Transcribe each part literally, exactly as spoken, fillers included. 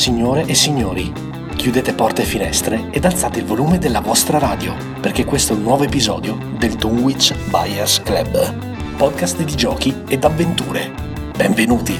Signore e signori, chiudete porte e finestre ed alzate il volume della vostra radio, perché questo è un nuovo episodio del Dunwich Buyers Club, podcast di giochi ed avventure. Benvenuti!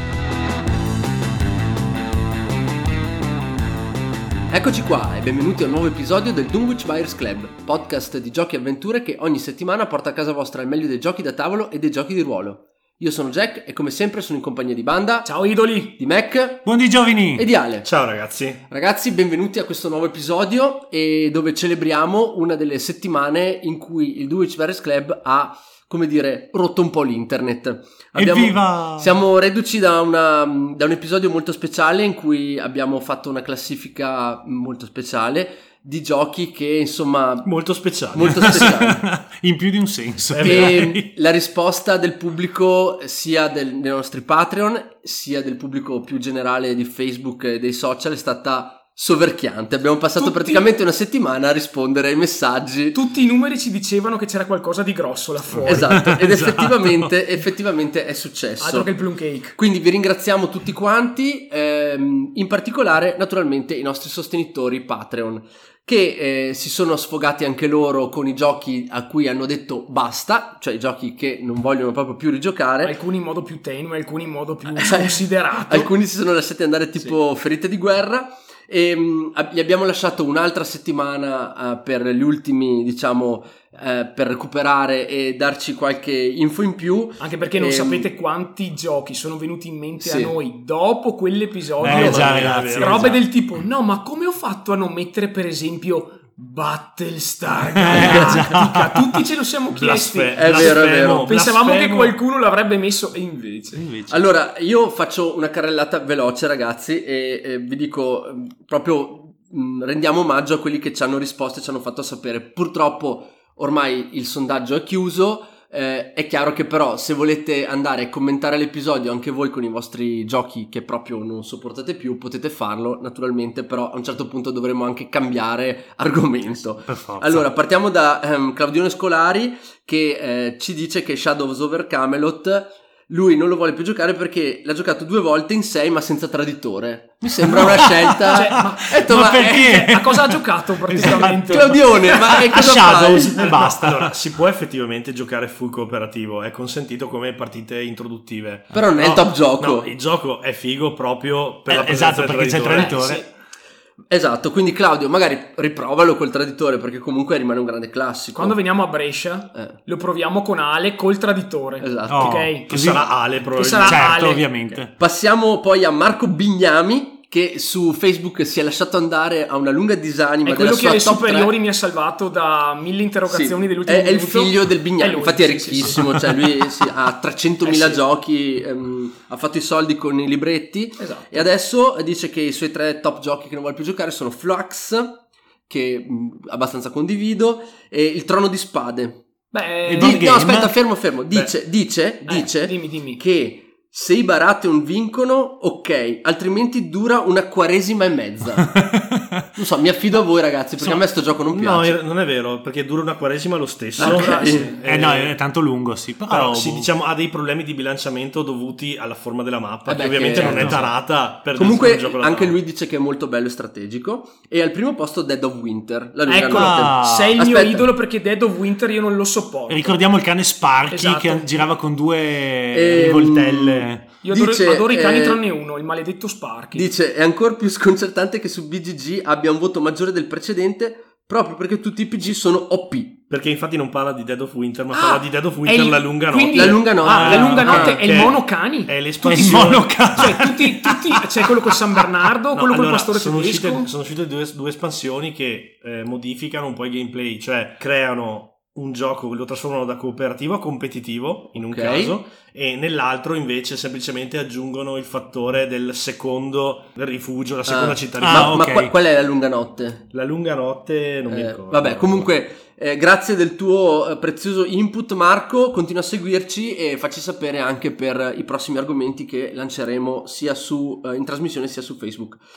Eccoci qua e benvenuti a un nuovo episodio del Dunwich Buyers Club, podcast di giochi e avventure che ogni settimana porta a casa vostra il meglio dei giochi da tavolo e dei giochi di ruolo. Io sono Jack e come sempre sono in compagnia di Banda. Ciao idoli! Di Mac. Buondì giovani! E di Ale. Ciao ragazzi! Ragazzi, benvenuti a questo nuovo episodio e dove celebriamo una delle settimane in cui il Dunwich Buyers Club ha, come dire, rotto un po' l'internet. Abbiamo, Evviva! Siamo reduci da, una, da un episodio molto speciale in cui abbiamo fatto una classifica molto speciale di giochi che insomma molto speciali molto speciali in più di un senso, e la risposta del pubblico sia del, dei nostri Patreon sia del pubblico più generale di Facebook e dei social è stata soverchiante. Abbiamo passato tutti, praticamente una settimana a rispondere ai messaggi. Tutti i numeri ci dicevano che c'era qualcosa di grosso là fuori. Esatto, ed esatto. effettivamente effettivamente è successo. Altro che il plum cake. Quindi vi ringraziamo tutti quanti, ehm, in particolare naturalmente i nostri sostenitori Patreon, che eh, si sono sfogati anche loro con i giochi a cui hanno detto basta, cioè i giochi che non vogliono proprio più rigiocare. Alcuni in modo più tenue, alcuni in modo più considerato. Alcuni si sono lasciati andare tipo sì. ferite di guerra. E um, gli abbiamo lasciato un'altra settimana uh, per gli ultimi, diciamo, uh, per recuperare e darci qualche info in più. Anche perché non e, sapete quanti giochi sono venuti in mente sì. a noi dopo quell'episodio. Eh, già, ragazzi, robe già. del tipo, no, ma come ho fatto a non mettere per esempio Battlestar Galactica? Eh, Tutti ce lo siamo chiesti. Blasfemo, è vero, è vero. Pensavamo Blasfemo. che qualcuno l'avrebbe messo e invece. invece. Allora, io faccio una carrellata veloce, ragazzi, e, e vi dico proprio mh, rendiamo omaggio a quelli che ci hanno risposto e ci hanno fatto sapere. Purtroppo ormai il sondaggio è chiuso. Eh, è chiaro che però se volete andare a commentare l'episodio anche voi con i vostri giochi che proprio non sopportate più potete farlo naturalmente, però a un certo punto dovremo anche cambiare argomento. Per forza. Allora partiamo da um, Claudione Scolari che eh, ci dice che Shadows over Camelot lui non lo vuole più giocare perché l'ha giocato due volte in sei ma senza traditore. Mi sembra una scelta Cioè, ma- detto, ma ma perché? A cosa ha giocato praticamente? Claudione, ma che cosa Shadows fai? e basta. Allora, si può effettivamente giocare full cooperativo, è consentito come partite introduttive. Però non è il top gioco. No, il gioco è figo proprio per Eh, la presenza esatto, del perché c'è il traditore. traditore. Sì. Esatto, quindi Claudio magari riprovalo col traditore perché comunque rimane un grande classico. Quando veniamo a Brescia Eh. lo proviamo con Ale col traditore. Esatto. Oh, Ok. Che così- sarà Ale Che probabilmente. sarà certo, Ale. ovviamente. Passiamo poi a Marco Bignami che su Facebook si è lasciato andare a una lunga disanima È quello della che alle sua top superiori tre. mi ha salvato da mille interrogazioni Sì, dell'ultimo è, è il minuto. figlio del Bignami, È lui, infatti è sì, sì, ricchissimo, sì. cioè lui sì, ha trecentomila Eh sì. giochi, ehm, ha fatto i soldi con i libretti Esatto. e adesso dice che i suoi tre top giochi che non vuole più giocare sono Flux, che mh, abbastanza condivido, e il Trono di Spade. Beh, Il Di- board no, game? aspetta, fermo, fermo. Dice, dice, eh, dice dimmi, dimmi. che se i Baratheon vincono, ok, altrimenti dura una quaresima e mezza. Non so, mi affido a voi ragazzi, perché Insomma, a me sto gioco non No, piace. non è vero, perché dura una quaresima lo stesso. Ok. Sì. Eh no, è tanto lungo, sì. Però, Però sì, diciamo ha dei problemi di bilanciamento dovuti alla forma della mappa, Eh beh, che ovviamente che- non è certo. tarata per Comunque un gioco da anche tavolo. lui dice che è molto bello e strategico. E al primo posto Dead of Winter, la lunga Ecco, notte. Ah. sei il Aspetta. mio idolo perché Dead of Winter io non lo sopporto. ricordiamo il cane Sparky Esatto. che girava con due Ehm, rivoltelle. Io adoro, Dice, adoro i cani eh, tranne uno, il maledetto Sparky. Dice è ancora più sconcertante che su B G G abbia un voto maggiore del precedente proprio perché tutti i P G sono O P. Perché infatti non parla di Dead of Winter, ma Ah, parla di Dead of è Winter il- la lunga quindi- notte. La lunga notte. Ah, la lunga Ah, notte ok. è il Che monocani. È Il l'espansione. monocane. Cioè tutti, tutti c'è quello col San Bernardo, No, quello col allora, pastore sono tedesco. uscite, sono uscite due, due espansioni che eh, modificano un po' i gameplay, cioè creano un gioco, lo trasformano da cooperativo a competitivo in un Ok. caso, e nell'altro invece semplicemente aggiungono il fattore del secondo rifugio, la seconda Ah. città di Ah, ma, ok. ma qual, qual è la lunga notte? La lunga notte non mi Eh, ricordo. vabbè, comunque eh, grazie del tuo eh, prezioso input Marco, continua a seguirci e facci sapere anche per i prossimi argomenti che lanceremo sia su eh, in trasmissione sia su Facebook.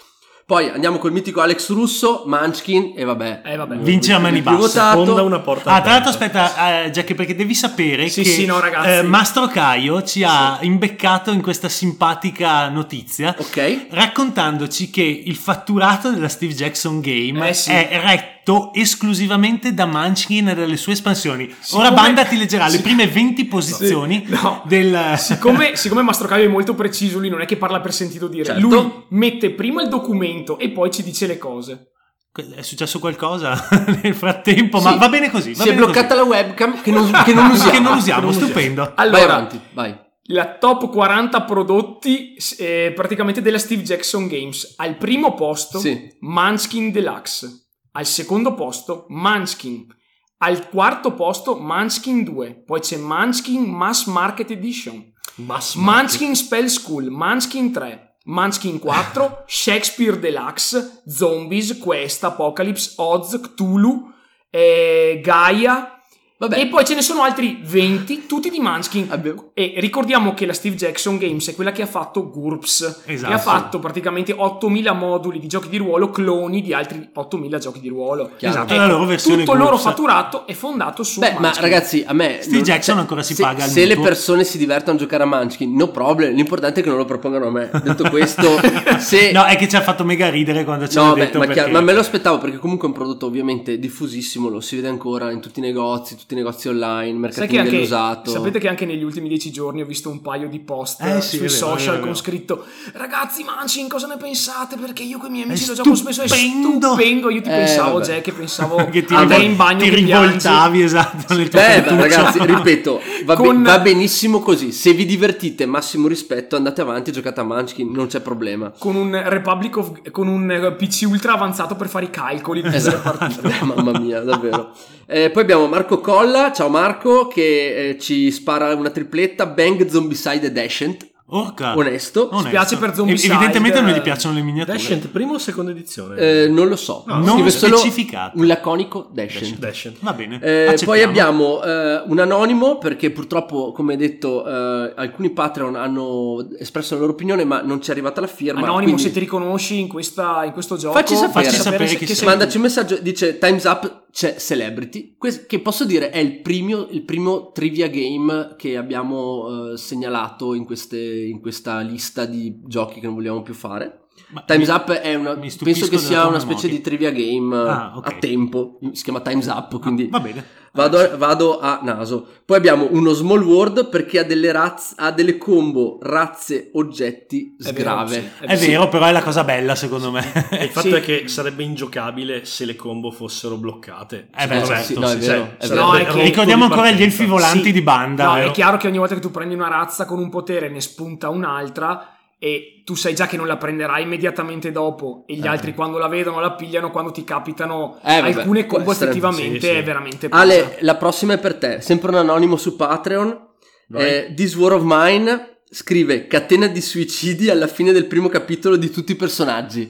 Poi andiamo col mitico Alex Russo, Munchkin e vabbè. Eh, vabbè. Vince a mani più basse. votato. Sfonda una porta Ah, tra l'altro aperta. aspetta, eh, Giacchi, perché devi sapere Sì, che sì, no, ragazzi. eh, Mastro Caio ci ha imbeccato in questa simpatica notizia, Ok. raccontandoci che il fatturato della Steve Jackson Game Eh, sì. è retto esclusivamente da Munchkin e dalle sue espansioni. Siccome- Ora Banda ti leggerà le Sic- prime venti posizioni Sì, no. del... Siccome, siccome Mastro Caio è molto preciso, lui non è che parla per sentito dire. Certo. Lui mette prima il documento e poi ci dice le cose. È successo qualcosa nel frattempo, Sì. ma va bene così. Va Si è bene bloccata così. la webcam che non, che non usiamo. Che non usiamo, Che non stupendo. Vai Allora, avanti, vai. la top quaranta prodotti eh, praticamente della Steve Jackson Games. Al primo posto Sì. Munchkin Deluxe, al secondo posto Munchkin, al quarto posto Munchkin due, poi c'è Munchkin Mass Market Edition, Mass Munchkin Spell School, Munchkin tre, Munchkin quattro, Shakespeare Deluxe, Zombies, Quest, Apocalypse, Oz, Cthulhu, eh, Gaia. Vabbè. E poi ce ne sono altri venti, tutti di Munchkin. Abbiamo- E ricordiamo che la Steve Jackson Games è quella che ha fatto GURPS, Esatto. che ha fatto praticamente ottomila moduli di giochi di ruolo, cloni di altri ottomila giochi di ruolo. Chiaro. Esatto, Ecco, la loro versione tutto il loro GURPS. fatturato è fondato su Beh, ma Munchkin. ragazzi, a me Steve non- Jackson cioè, ancora si se, paga il se le mutuo. persone si divertono a giocare a Munchkin, no problem. L'importante è che non lo propongano a me. Detto questo, se No, è che ci ha fatto mega ridere quando ci No, ha beh, detto ma, perché... chiaro, ma me lo aspettavo perché comunque è un prodotto ovviamente diffusissimo, lo si vede ancora in tutti i negozi, tutti i negozi online, Sai mercatini che anche, dell'usato. sapete che anche negli ultimi dieci giorni ho visto un paio di post Eh, sì, sui è vero, social è vero, è con vero. scritto: ragazzi, Munchkin, cosa ne pensate? Perché io con i miei amici È lo gioco spesso, è stupendo." stupendo. Io ti Eh, pensavo, vabbè. Jack, che pensavo che ti, andai rivol- in bagno ti che piangi. rivoltavi, esatto, nel tuo Beh, cartuccio. beh, ragazzi, ripeto, va, be- Con- va benissimo così. Se vi divertite, massimo rispetto, andate avanti e giocate a Munchkin, non c'è problema. Con un Republic of, con un P C ultra avanzato per fare i calcoli di tutte le partite. Eh, Mamma mia, davvero. Eh, poi abbiamo Marco Colla, ciao Marco, che eh, ci spara una tripletta, Bang Zombicide e Dashent. Orca. Onesto. Onesto. Spiace per Zombicide. Evidentemente non gli piacciono le miniature. Dashent, prima o seconda edizione? Eh, non lo so, No, non scrive solo specificato. un laconico Dashent. Dashent. Va bene. Eh, accettiamo. poi abbiamo eh, un anonimo perché purtroppo, come detto, eh, alcuni Patreon hanno espresso la loro opinione, ma non ci è arrivata la firma. Anonimo, quindi se ti riconosci in, questa, in questo gioco, Facci sapere. Facci sapere se- chi che sei. mandaci un messaggio, dice Time's Up, c'è Celebrity, que- che posso dire è il primo, il primo trivia game che abbiamo eh, segnalato in, queste, in questa lista di giochi che non vogliamo più fare. Ma Time's mi- Up è una, mi stupisco penso che della sia tua una memoria. specie di trivia game Ah, ok. a tempo, si chiama Time's Up, quindi Va bene. vado, vado a naso. Poi abbiamo uno Small World perché ha delle, razze, ha delle combo razze oggetti È vero, sgrave. sì, È vero, però è la cosa bella secondo me. E il fatto Sì. è che sarebbe ingiocabile se le combo fossero bloccate. Eh beh, Secondo me, sì, no, è sì, vero, cioè, è sarebbe vero. No, è che- rotto Ricordiamo di ancora gli partenza. elfi volanti Sì. di banda. No, vero? è chiaro che ogni volta che tu prendi una razza con un potere ne spunta un'altra e tu sai già che non la prenderai immediatamente dopo e gli Eh. altri quando la vedono la pigliano quando ti capitano Eh, vabbè, alcune combo questo è- effettivamente sì, sì. è veramente pesa. Ale, la prossima è per te, sempre un anonimo su Patreon. Vai. Eh, This War of Mine scrive catena di suicidi alla fine del primo capitolo di tutti i personaggi.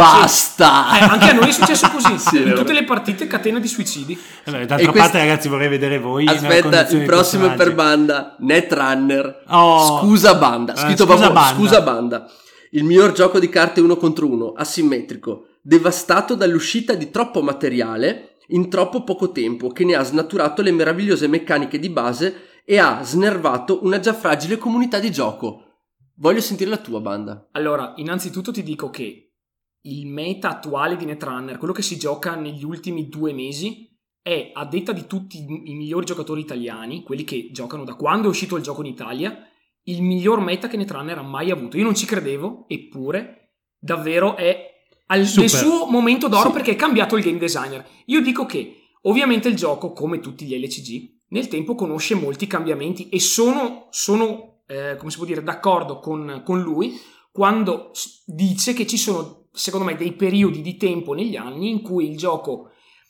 Basta! Eh, anche a noi è successo così Sì, è in vero. tutte le partite catena di suicidi. Eh beh, E d'altra quest- parte, ragazzi, vorrei vedere voi. nella Aspetta, condizione il dei prossimo è per personaggi. banda, Netrunner. Oh. Scusa banda, Eh, scritto scusa proprio banda. scusa banda. Il miglior gioco di carte uno contro uno, asimmetrico, devastato dall'uscita di troppo materiale in troppo poco tempo, che ne ha snaturato le meravigliose meccaniche di base e ha snervato una già fragile comunità di gioco. Voglio sentire la tua banda. Allora, innanzitutto ti dico che il meta attuale di Netrunner, quello che si gioca negli ultimi due mesi, è, a detta di tutti i i migliori giocatori italiani, quelli che giocano da quando è uscito il gioco in Italia, il miglior meta che Netrunner ha mai avuto. Io non ci credevo, eppure davvero è al Super. nel suo momento d'oro Sì. perché è cambiato il game designer. Io dico che ovviamente il gioco, come tutti gli L C G, nel tempo conosce molti cambiamenti e sono, sono eh, come si può dire, d'accordo con, con lui quando s- dice che ci sono, secondo me, dei periodi di tempo negli anni in cui il gioco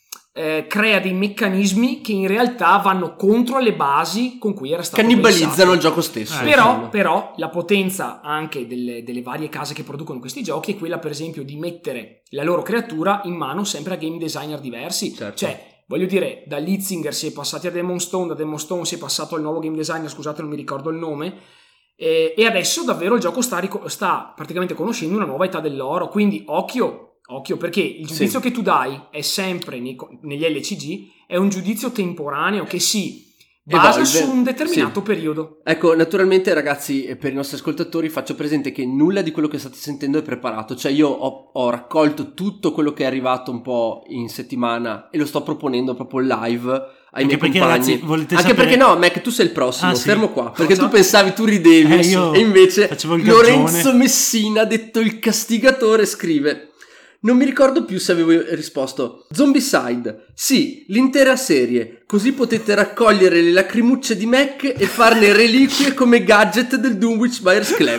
eh, crea dei meccanismi che in realtà vanno contro le basi con cui era stato Cannibalizzano pensato. il gioco stesso. Eh, Però, insomma. però la potenza anche delle, delle varie case che producono questi giochi è quella, per esempio, di mettere la loro creatura in mano sempre a game designer diversi. Certo. Cioè, voglio dire, da Litzinger si è passati a Demon Stone, da Demon Stone si è passato al nuovo game designer, scusate non mi ricordo il nome, e, e adesso davvero il gioco sta, rico- sta praticamente conoscendo una nuova età dell'oro, quindi occhio, occhio perché il giudizio Sì. che tu dai è sempre nei co- negli L C G, è un giudizio temporaneo che si basa Evolve. su un determinato Sì. periodo. Ecco, naturalmente ragazzi, e per i nostri ascoltatori faccio presente che nulla di quello che state sentendo è preparato, cioè io ho, ho raccolto tutto quello che è arrivato un po' in settimana e lo sto proponendo proprio live ai Anche miei perché, compagni. ragazzi, volete Anche sapere- perché no, Mac, tu sei il prossimo, Ah, sì? fermo qua, perché Cosa? tu pensavi, tu ridevi Eh, io e invece facevo il Lorenzo gagione. Messina, detto il castigatore, scrive: non mi ricordo più se avevo risposto Zombicide, sì, l'intera serie, così potete raccogliere le lacrimucce di Mac e farne reliquie come gadget del Dunwich Buyers Club.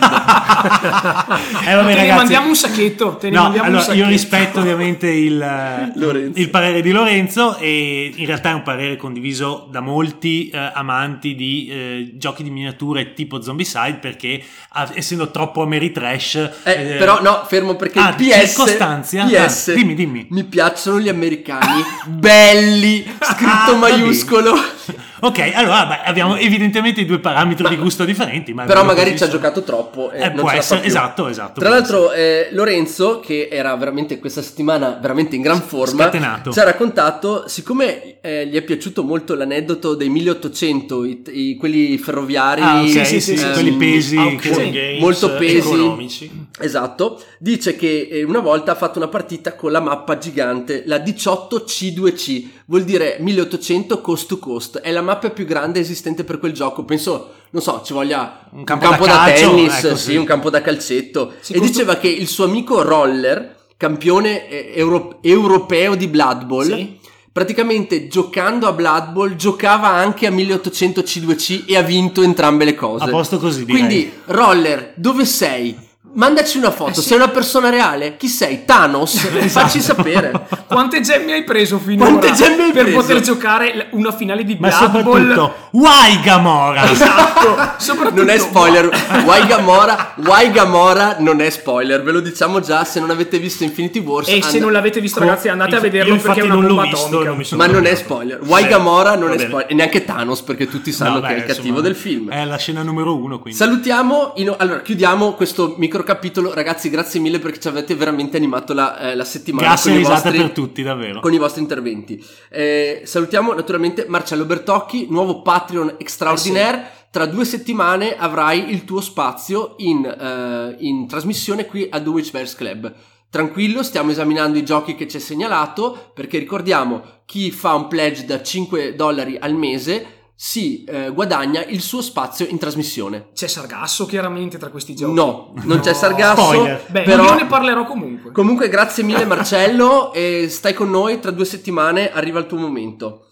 Eh, vabbè, te ne ragazzi. mandiamo un sacchetto, te ne No, mandiamo allora un sacchetto. io rispetto ovviamente il, Lorenzo. il parere di Lorenzo, e in realtà è un parere condiviso da molti eh, amanti di eh, giochi di miniature tipo Zombicide, perché ah, essendo troppo Ameritrash Eh, eh, però no, fermo perché ah, il P S, circostanzia? P S Ah, dimmi, dimmi. mi piacciono gli americani belli, scritto Ah, va bene. maiuscolo. Ok, allora beh, abbiamo evidentemente due parametri di gusto differenti, ma Però quello magari così ci ha sono. giocato troppo e Eh, non può ce la fa essere, più. esatto, esatto. Tra può l'altro eh, Lorenzo, che era veramente questa settimana veramente in gran forma, Scatenato. ci ha raccontato, siccome eh, gli è piaciuto molto l'aneddoto dei milleottocento, i, i- quelli ferroviari, Ah, ok, Sì, sì, sì, sì, quelli ehm, pesi. ah, che- sì. Games molto pesi. economici. Esatto, dice che eh, una volta ha fatto una partita con la mappa gigante, la diciotto C due C, vuol dire milleottocento coast to coast, è la mappa più grande esistente per quel gioco, penso, non so, ci voglia Un un campo campo, da da, calcio, tennis, ecco, sì, sì. un campo da calcetto, Sì, e costo- diceva che il suo amico Roller, campione eh, euro- europeo di Blood Bowl, Sì. praticamente giocando a Blood Bowl giocava anche a milleottocento C due C e ha vinto entrambe le cose. A posto così, direi. Quindi Roller, dove sei? Mandaci una foto, Eh sì. sei una persona reale? Chi sei? Thanos? Facci sapere. Quante gemme hai preso finora Quante gemme hai per preso? poter giocare l- una finale di Ma Blood Bowl? soprattutto, why Gamora? Esatto, soprattutto Non è spoiler. Why Gamora, Why Gamora non è spoiler, ve lo diciamo già, se non avete visto Infinity Wars. E se and- non l'avete visto, Co- ragazzi, andate a io vederlo infatti perché è una non l'ho bomba visto, atomica. non mi sono Ma non è arrabbiato. spoiler. Why Sì, Gamora non va è bene. spoiler. E neanche Thanos, perché tutti sanno No, che beh, è il cattivo insomma, del film. È la scena numero uno, quindi. Salutiamo, in- allora chiudiamo questo micro capitolo, ragazzi, grazie mille perché ci avete veramente animato la, eh, la settimana Grazie con e i, risate vostri, per tutti, davvero. con i vostri interventi. Eh, salutiamo naturalmente Marcello Bertocchi, nuovo Patreon extraordinaire. Tra due settimane avrai il tuo spazio in, eh, in trasmissione qui al Dunwich Buyers Club. Tranquillo, stiamo esaminando i giochi che ci hai segnalato, perché ricordiamo, chi fa un pledge da cinque dollari al mese si eh, guadagna il suo spazio in trasmissione. C'è Sargasso chiaramente tra questi giochi. No, non c'è No. Sargasso. Spoiler. Beh, però io ne parlerò comunque. comunque grazie mille Marcello e stai con noi, tra due settimane arriva il tuo momento.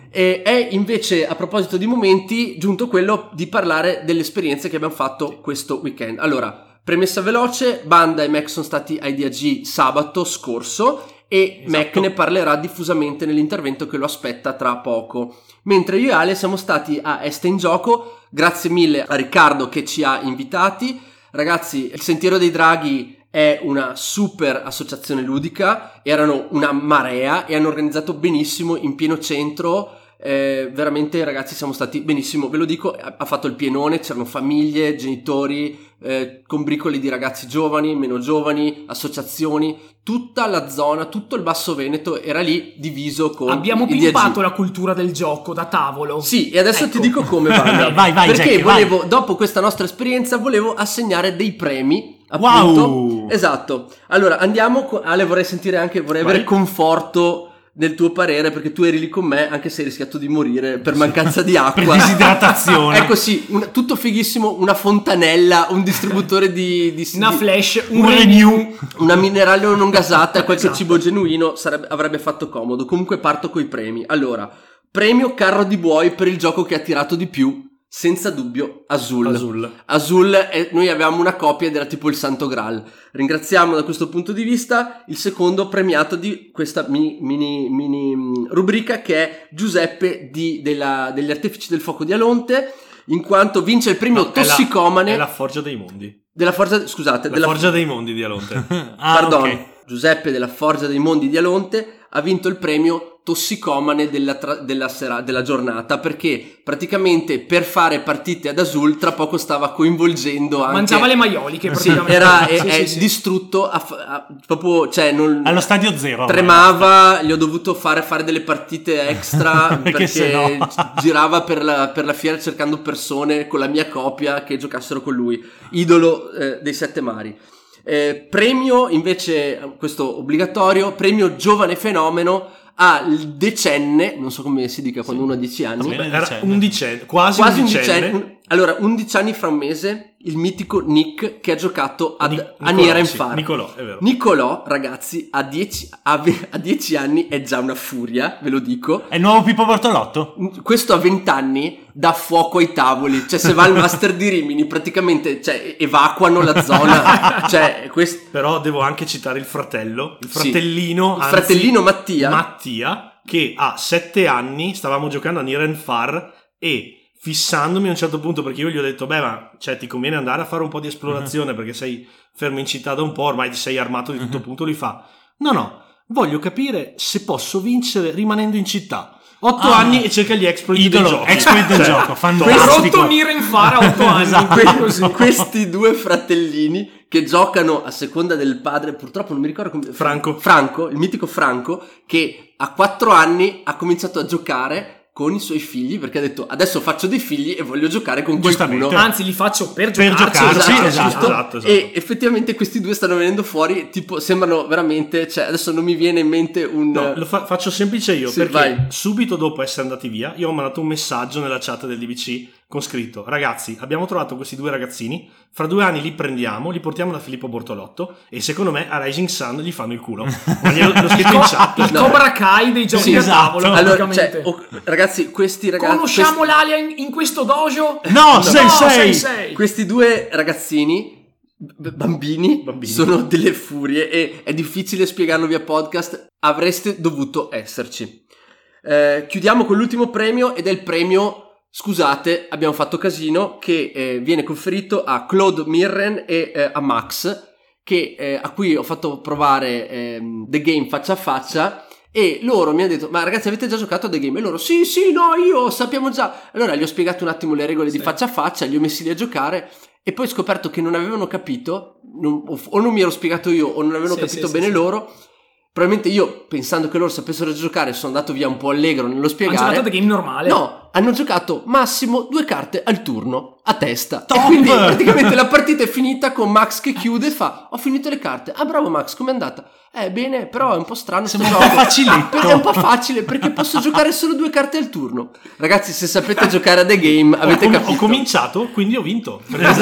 E è invece, a proposito di momenti, giunto quello di parlare delle esperienze che abbiamo fatto questo weekend. Allora, premessa veloce, Banda e Mac sono stati ai D A G sabato scorso e Esatto. Mac ne parlerà diffusamente nell'intervento che lo aspetta tra poco. Mentre io e Ale siamo stati a Este in Gioco, grazie mille a Riccardo che ci ha invitati. Ragazzi, il Sentiero dei Draghi è una super associazione ludica, erano una marea e hanno organizzato benissimo in pieno centro. Eh, veramente ragazzi siamo stati benissimo, ve lo dico, ha, ha fatto il pienone, c'erano famiglie, genitori, eh, combricoli di ragazzi giovani, meno giovani, associazioni, tutta la zona, tutto il Basso Veneto era lì diviso con Abbiamo i D A G. pimpato la cultura del gioco da tavolo. Sì, e adesso Ecco. ti dico come Vanda. Vai, vai, perché Jack, volevo, dopo questa nostra esperienza, volevo assegnare dei premi. Appunto. Wow! Esatto. Allora, andiamo. co- Ale, vorrei sentire anche, vorrei Vai. avere conforto nel tuo parere, perché tu eri lì con me, anche se hai rischiato di morire per mancanza di acqua. Per disidratazione. Ecco sì, un- tutto fighissimo, una fontanella, un distributore di, di Una di- flash, un, Un renew. renew. una minerale non gasata e qualche Esatto. cibo genuino sarebbe- avrebbe fatto comodo. Comunque parto coi premi. Allora, premio carro di buoi per il gioco che ha tirato di più, senza dubbio Azul. Azul. Azul, è- noi avevamo una copia ed era tipo il Santo Graal. Ringraziamo da questo punto di vista il secondo premiato di questa mini, mini, mini mh, rubrica, che è Giuseppe di, della- degli Artefici del Fuoco di Alonte, in quanto vince il premio No, è la- tossicomane È la Forgia dei Mondi. della Forza, scusate, La della Forgia dei Mondi di Alonte. Ah, Pardon, ok. Giuseppe della Forza dei Mondi di Alonte ha vinto il premio tossicomane della, tra- della, sera- della giornata, perché praticamente per fare partite ad Azul tra poco stava coinvolgendo anche... Mangiava le maioliche praticamente. Era è, Sì, è sì, sì. distrutto a, a, proprio, cioè non, allo stadio zero. tremava, gli ho dovuto fare fare delle partite extra Perché perché sennò- girava per la, per la fiera cercando persone con la mia copia che giocassero con lui, idolo eh, dei sette mari. Eh, premio invece, questo obbligatorio, premio giovane fenomeno al decenne, non so come si dica quando uno ha dieci anni, Bene, Era dicenne. undicenne, quasi, quasi undicenne. undicenne. Allora, undici anni fra un mese, il mitico Nick che ha giocato ad, Nic- a Nicolò, Nier and sì, Far. Nicolò, è vero. Nicolò, ragazzi, a dieci, a ve- a dieci anni è già una furia, ve lo dico. È il nuovo Pippo Bortolotto? Questo a venti anni dà fuoco ai tavoli, cioè se va al Master di Rimini praticamente, cioè, evacuano la zona. Cioè, quest- Però devo anche citare il fratello, il Sì. fratellino, il anzi, fratellino Mattia. Mattia, che a sette anni stavamo giocando a Nier and Far e fissandomi a un certo punto, perché io gli ho detto beh ma cioè ti conviene andare a fare un po' di esplorazione perché sei fermo in città da un po', ormai ti sei armato di tutto punto, lui fa no no, voglio capire se posso vincere rimanendo in città. Otto Ah. anni e cerca gli exploit Idolo, del gioco. exploit del Cioè, gioco, Ha fantastico. rotto Nier and Far a otto anni. Que- Così. questi due fratellini che giocano a seconda del padre, purtroppo non mi ricordo come Franco. Franco, il mitico Franco, che a quattro anni ha cominciato a giocare con i suoi figli perché ha detto adesso faccio dei figli e voglio giocare con Giustamente. qualcuno. Anzi, li faccio per Per giocarci. giocarci, esatto, esatto. giusto? Esatto, esatto. E effettivamente questi due stanno venendo fuori, tipo sembrano veramente, cioè adesso non mi viene in mente un No, lo fa- faccio semplice io, Sì, perché vai. subito dopo essere andati via io ho mandato un messaggio nella chat del D B C con scritto ragazzi abbiamo trovato questi due ragazzini, fra due anni li prendiamo, li portiamo da Filippo Bortolotto e secondo me a Rising Sun gli fanno il culo. Ma glielo- l'ho scritto in chat. Il No. Cobra Kai dei giochi Sì, da esatto. tavolo. allora, praticamente. cioè, oh, ragazzi, questi ragazzi Conosciamo questi- l'alien in questo dojo? No, sei, sei. sei. questi due ragazzini b- bambini, Bambini. sono delle furie e è difficile spiegarlo via podcast, avreste dovuto esserci. Eh, chiudiamo con l'ultimo premio ed è il premio scusate abbiamo fatto casino che eh, viene conferito a Claude Mirren e eh, a Max che, eh, a cui ho fatto provare ehm, The Game faccia a faccia e loro mi hanno detto ma ragazzi avete già giocato a The Game? E loro sì sì no io sappiamo già. Allora gli ho spiegato un attimo le regole di faccia a faccia, li ho messi lì a giocare e poi ho scoperto che non avevano capito non- o, o non mi ero spiegato io o non avevano Sì, capito sì, bene sì, loro. Probabilmente io pensando che loro sapessero giocare sono andato via un po' allegro nello Hanno spiegare. giocato The Game normale. No, hanno giocato massimo due carte al turno, a testa. Top! E quindi praticamente la partita è finita con Max che chiude e fa: ho finito le carte. Ah, bravo Max, com'è andata? Eh, bene, però è un po' strano sto Sembra un gioco. po' faciletto. Perché è un po' facile, perché posso giocare solo due carte al turno. Ragazzi, se sapete giocare a The Game, Ho, avete com- capito. ho cominciato, quindi ho vinto.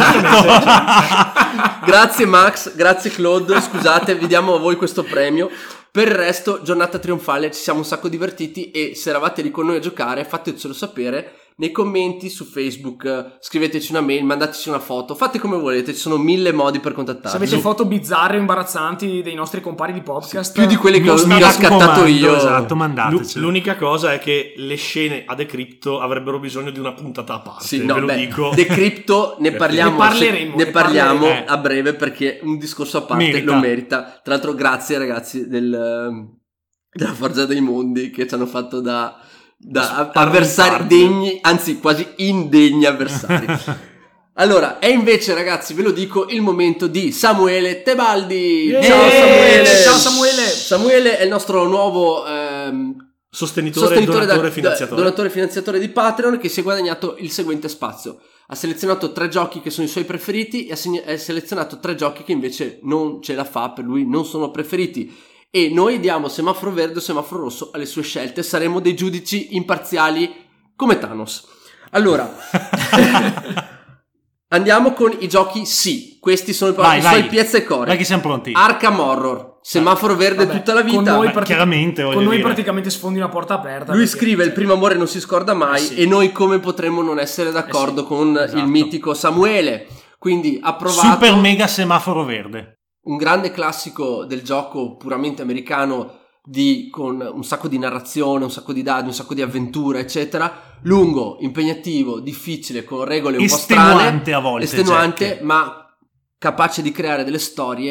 Grazie Max, grazie Claude, scusate, vi diamo a voi questo premio. Per il resto, giornata trionfale, ci siamo un sacco divertiti e se eravate lì con noi a giocare, fatecelo sapere nei commenti su Facebook, scriveteci una mail, mandateci una foto, fate come volete, ci sono mille modi per contattarci. Se avete foto bizzarre o imbarazzanti dei nostri compari di podcast, Più di quelle che ho, Mi che ho scattato raccomando, io. esatto, Lu- mandateci. L'unica cosa è che le scene a Decrypto avrebbero bisogno di una puntata a parte. Sì, ve no, lo beh, dico. Decrypto ne parliamo, Ne parleremo, ne ne parliamo parleremo. a breve perché un discorso a parte Merita. lo merita. Tra l'altro grazie ragazzi del, ehm, della Forza dei Mondi che ci hanno fatto da, da Sparring avversari partner. degni, anzi quasi indegni avversari. Allora, è invece ragazzi, ve lo dico, il momento di Samuele Tebaldi. Yeah! Ciao Samuele! Ciao, Samuele! Samuele è il nostro nuovo ehm, Sostenitore, sostenitore donatore, da- finanziatore. da- donatore finanziatore di Patreon che si è guadagnato il seguente spazio. Ha selezionato tre giochi che sono i suoi preferiti e ha, segna- ha selezionato tre giochi che invece non ce la fa, per lui non sono preferiti. E noi diamo semaforo verde o semaforo rosso alle sue scelte. Saremo dei giudici imparziali come Thanos. Allora, andiamo con i giochi sì. Questi sono i, Vai, i vai. suoi piazza e core. Dai che siamo pronti. Arkham Horror, semaforo verde Vabbè, tutta la con vita. noi Beh, parti- chiaramente, voglio con noi dire. praticamente sfondi una porta aperta. Lui perché- scrive il primo amore non si scorda mai Eh sì. e noi come potremmo non essere d'accordo Eh sì, con esatto. il mitico Samuele. Quindi ha provato Super mega semaforo verde. un grande classico del gioco puramente americano di, con un sacco di narrazione, un sacco di dadi, un sacco di avventura eccetera, lungo, impegnativo, difficile, con regole un po' strane, Estenuante a volte, estenuante Jack. ma capace di creare delle storie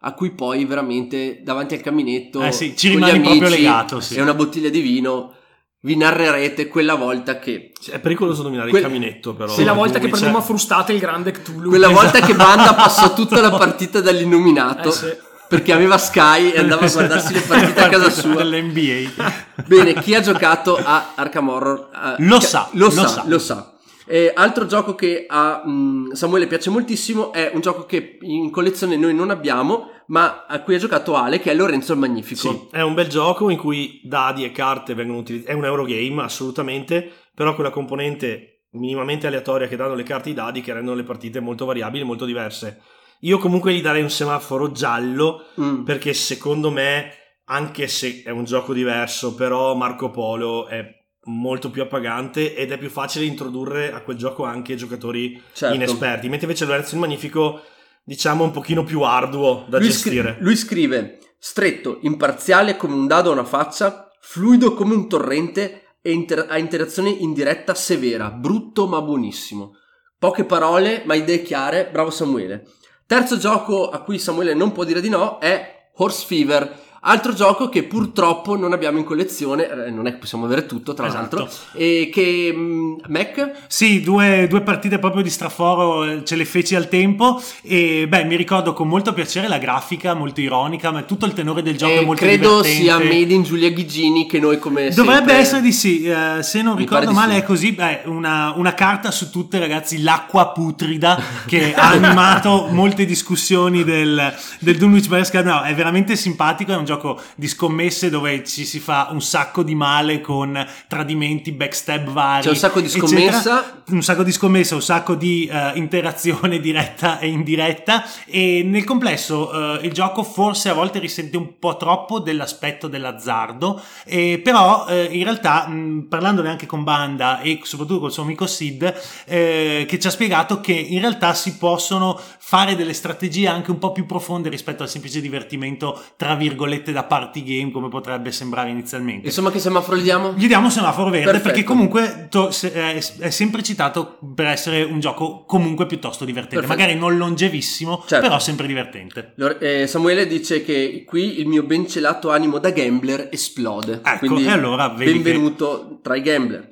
a cui poi veramente davanti al caminetto eh sì, ci con gli rimani amici proprio legato, sì. e una bottiglia di vino vi narrerete quella volta che È pericoloso dominare Que- il caminetto, però. Sì, la volta che Cioè, prendemmo a frustate il grande Cthulhu. quella volta che Banda passò tutta la partita dall'illuminato Eh sì. perché aveva Sky e andava a guardarsi le partite a casa sua. dell'N B A. Bene, chi ha giocato a Arkham Horror eh, Lo che- sa, lo lo sa, sa. lo sa. Eh, altro gioco che a mh, Samuele piace moltissimo è un gioco che in collezione noi non abbiamo, ma a cui ha giocato Ale, che è Lorenzo il Magnifico. Sì, è un bel gioco in cui dadi e carte vengono utilizzati. È un Eurogame, assolutamente, però quella componente minimamente aleatoria che danno le carte e i dadi che rendono le partite molto variabili, molto diverse. Io comunque gli darei un semaforo giallo, Mm. perché secondo me, anche se è un gioco diverso, però Marco Polo è molto più appagante ed è più facile introdurre a quel gioco anche giocatori Certo. inesperti, mentre invece Lorenzo il Magnifico, diciamo, un pochino più arduo da lui, gestire. scri- lui scrive: stretto, imparziale come un dado a una faccia, fluido come un torrente e inter- a interazione indiretta severa, brutto ma buonissimo. Poche parole ma idee chiare, bravo Samuele. Terzo gioco a cui Samuele non può dire di no è Horse Fever, altro gioco che purtroppo non abbiamo in collezione, eh, non è che possiamo avere tutto tra Esatto. l'altro, e che mh, Mac? Sì, due, due partite proprio di straforo eh, ce le feci al tempo e beh, mi ricordo con molto piacere la grafica, molto ironica, ma tutto il tenore del gioco Eh, è molto credo divertente. sia made in Giulia Ghigini, che noi come Dovrebbe sempre- essere di sì, eh, se non Mi ricordo pare di male sì. è così, beh, una, una carta su tutte, ragazzi, l'acqua putrida che ha animato molte discussioni del, del Dunwich Buyers Club. No, è veramente simpatico, è un gioco di scommesse dove ci si fa un sacco di male con tradimenti, backstab vari. C'è un sacco di eccetera. scommessa. Un sacco di scommessa, un sacco di eh, interazione diretta e indiretta e nel complesso eh, il gioco forse a volte risente un po' troppo dell'aspetto dell'azzardo, eh, però eh, in realtà mh, parlandone anche con Banda e soprattutto col suo amico Sid, eh, che ci ha spiegato che in realtà si possono fare delle strategie anche un po' più profonde rispetto al semplice divertimento tra virgolette da party game come potrebbe sembrare inizialmente. Insomma, che semaforo gli diamo? Gli diamo un semaforo verde. Perfetto. Perché comunque to- se- è, è sempre citato per essere un gioco comunque piuttosto divertente. Perfetto. Magari non longevissimo, Certo. però sempre divertente. Lor- eh, Samuele dice che qui il mio ben celato animo da gambler esplode. Ecco, Quindi e allora vedi benvenuto tra i gambler.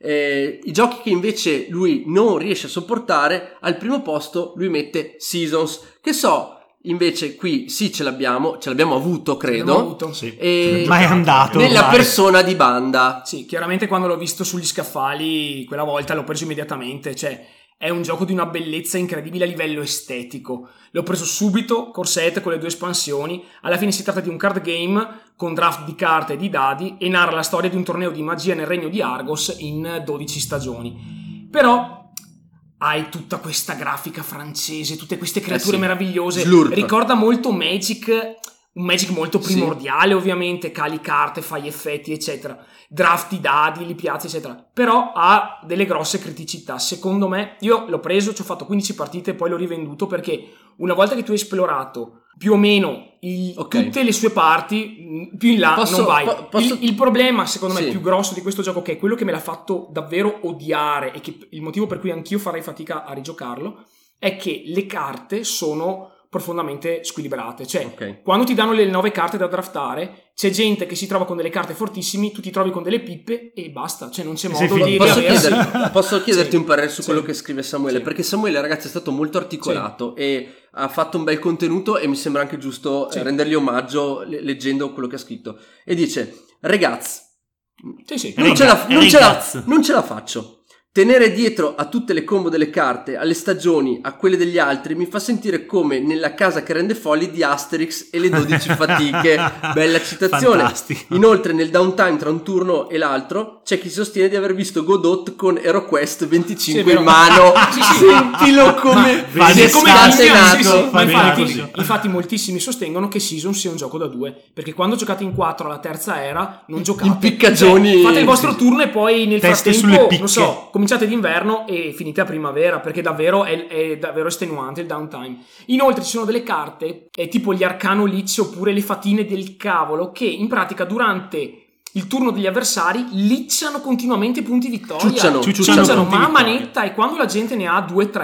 Eh, I giochi che invece lui non riesce a sopportare, al primo posto lui mette Seasons, che so invece qui sì ce l'abbiamo, ce l'abbiamo avuto credo. Abbiamo avuto. Sì. E Ma è andato nella ormai. persona di Banda. Sì, chiaramente quando l'ho visto sugli scaffali quella volta l'ho preso immediatamente, cioè è un gioco di una bellezza incredibile a livello estetico. L'ho preso subito, corset con le due espansioni. Alla fine si tratta di un card game con draft di carte e di dadi e narra la storia di un torneo di magia nel regno di Argos in dodici stagioni. Però hai tutta questa grafica francese, tutte queste creature Eh sì. meravigliose. Slurp. Ricorda molto Magic, un Magic molto Sì. primordiale ovviamente, cali carte, fai effetti eccetera, drafti dadi, li piazzi eccetera, però ha delle grosse criticità. Secondo me, io l'ho preso, ci ho fatto quindici partite e poi l'ho rivenduto perché una volta che tu hai esplorato più o meno il- Ok. tutte le sue parti, mh, più in là Posso- non vai. po- posso- il, il problema secondo me Sì. più grosso di questo gioco, che è quello che me l'ha fatto davvero odiare e che il motivo per cui anch'io farei fatica a rigiocarlo, è che le carte sono profondamente squilibrate. Cioè, Ok. quando ti danno le nove carte da draftare, c'è gente che si trova con delle carte fortissimi, tu ti trovi con delle pippe e basta. Cioè, non c'è Sei modo di finito. Posso, riaversi. chiederti, posso chiederti Sì. un parere su Sì. quello che scrive Samuele? Sì. Perché Samuele, ragazzi, è stato molto articolato e ha fatto un bel contenuto e mi sembra anche giusto Sì. eh, rendergli omaggio le- leggendo quello che ha scritto. E dice: ragazzi, Sì, sì. non, ce la, non, ce la, Ragazzi. non ce la faccio. Tenere dietro a tutte le combo delle carte, alle stagioni, a quelle degli altri, mi fa sentire come nella casa che rende folli di Asterix e le dodici fatiche. Bella citazione. Fantastico. Inoltre, nel downtime tra un turno e l'altro, c'è chi sostiene di aver visto Godot con HeroQuest venticinque Sì, è in vero. mano. Sì, sì. Sentilo come Ma si è vedi come scatenato. sì, sì, ma Fa infatti, benissimo. infatti moltissimi sostengono che Season sia un gioco da due, perché quando giocate in quattro alla terza era non giocate, Impiccagioni. Cioè, fate il vostro turno e poi nel Teste sulle frattempo picche. non so, cominciate d'inverno e finite a primavera, perché davvero è, è davvero estenuante il downtime. Inoltre ci sono delle carte eh, tipo gli Arcano Lich oppure le Fatine del Cavolo, che in pratica durante il turno degli avversari licciano continuamente punti vittoria, Ciucciano, ciucciano, ciucciano punti ma a vittoria. manetta, e quando la gente ne ha due tre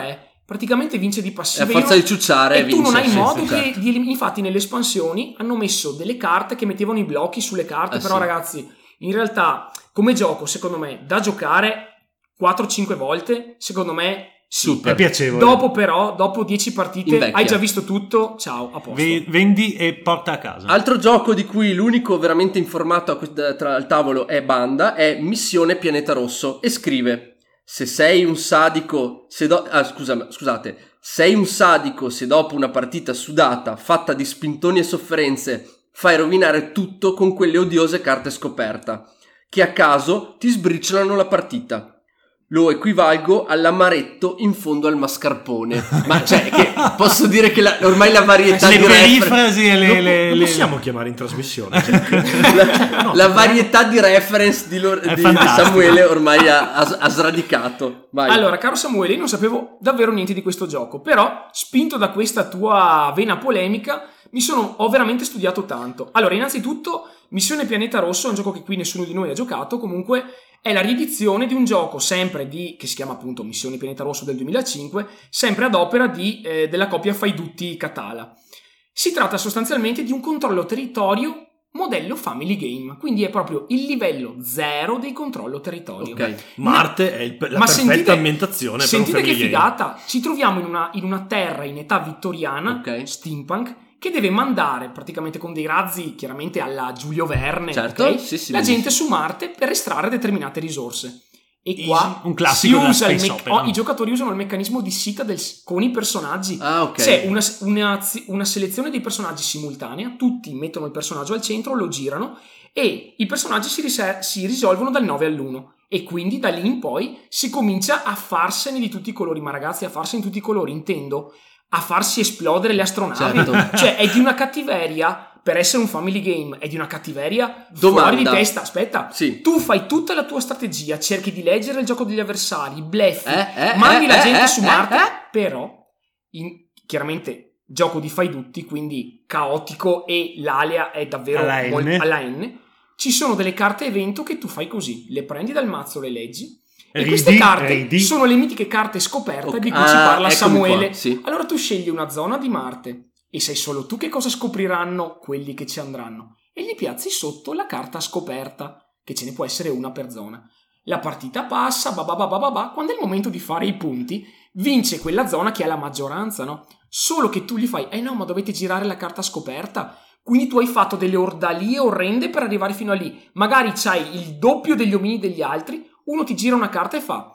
praticamente vince di passiva. A forza Io- di ciucciare e tu non vince, hai sì, modo sì, che certo. di elim- infatti nelle espansioni hanno messo delle carte che mettevano i blocchi sulle carte, Eh, però sì. ragazzi, in realtà come gioco secondo me da giocare quattro cinque volte, secondo me sì. Super. È piacevole. Dopo però, dopo dieci partite Invecchia. hai già visto tutto, ciao, a posto. Ve- vendi e porta a casa. Altro gioco di cui l'unico veramente informato a que- tra al tavolo è Banda è Missione Pianeta Rosso e scrive: se sei un sadico se do- ah, scusa, scusate sei un sadico se dopo una partita sudata fatta di spintoni e sofferenze fai rovinare tutto con quelle odiose carte scoperta che a caso ti sbriciolano la partita. Lo equivalgo all'amaretto in fondo al mascarpone. Ma cioè, che posso dire che la- ormai la varietà le di refer- perifrasi e le, Lo, le- lo le- possiamo chiamare in trasmissione? Jack? la, la varietà di reference di, Lor- È di fantastico. Samuele ormai ha, ha- ha sradicato. Vai. Allora, caro Samuele, io non sapevo davvero niente di questo gioco, però, spinto da questa tua vena polemica, mi sono, ho veramente studiato tanto. Allora, innanzitutto, Missione Pianeta Rosso è un gioco che qui nessuno di noi ha giocato, comunque è la riedizione di un gioco sempre di, che si chiama appunto Missione Pianeta Rosso del duemilacinque, sempre ad opera di, eh, della coppia Faidutti Catala. Si tratta sostanzialmente di un controllo territorio modello Family Game, quindi è proprio il livello zero dei controllo territorio. Ok. Marte è il- la Ma perfetta sentite- ambientazione per un Sentite che family game. figata, ci troviamo in una, in una terra in età vittoriana, Ok. steampunk, che deve mandare praticamente con dei razzi chiaramente alla Giulio Verne, Certo, ok? sì, sì, la benissimo. gente su Marte per estrarre determinate risorse. E Easy, qua un classico si della usa il space mec- opera. oh, i giocatori usano il meccanismo di Citadel con i personaggi. Ah, ok. C'è una, una, una selezione dei personaggi simultanea, tutti mettono il personaggio al centro, lo girano e i personaggi si, rise- si risolvono dal nove all'uno e quindi da lì in poi si comincia a farsene di tutti i colori, ma ragazzi, a farsene di tutti i colori intendo a farsi esplodere le astronavi, Certo. cioè è di una cattiveria. Per essere un family game è di una cattiveria Domanda. fuori di testa. Aspetta, Sì. tu fai tutta la tua strategia, cerchi di leggere il gioco degli avversari, bleffi, Eh, eh, mandi eh, la eh, gente eh, su eh, Marte, eh. però in- chiaramente gioco di faidutti, quindi caotico e l'alea è davvero Alla N. mol- alla N. Ci sono delle carte evento che tu fai così, le prendi dal mazzo, le leggi e Ridi, queste carte ridi. sono le mitiche carte scoperte Ok. di cui ci Ah, parla eccomi Samuele. qua, sì. Allora tu scegli una zona di Marte e sai solo tu che cosa scopriranno quelli che ci andranno e gli piazzi sotto la carta scoperta, che ce ne può essere una per zona. La partita passa, babababababa, quando è il momento di fare i punti, vince quella zona che ha la maggioranza, no? Solo che tu gli fai, eh no, ma dovete girare la carta scoperta, quindi tu hai fatto delle ordalie orrende per arrivare fino a lì. Magari c'hai il doppio degli omini degli altri, uno ti gira una carta e fa,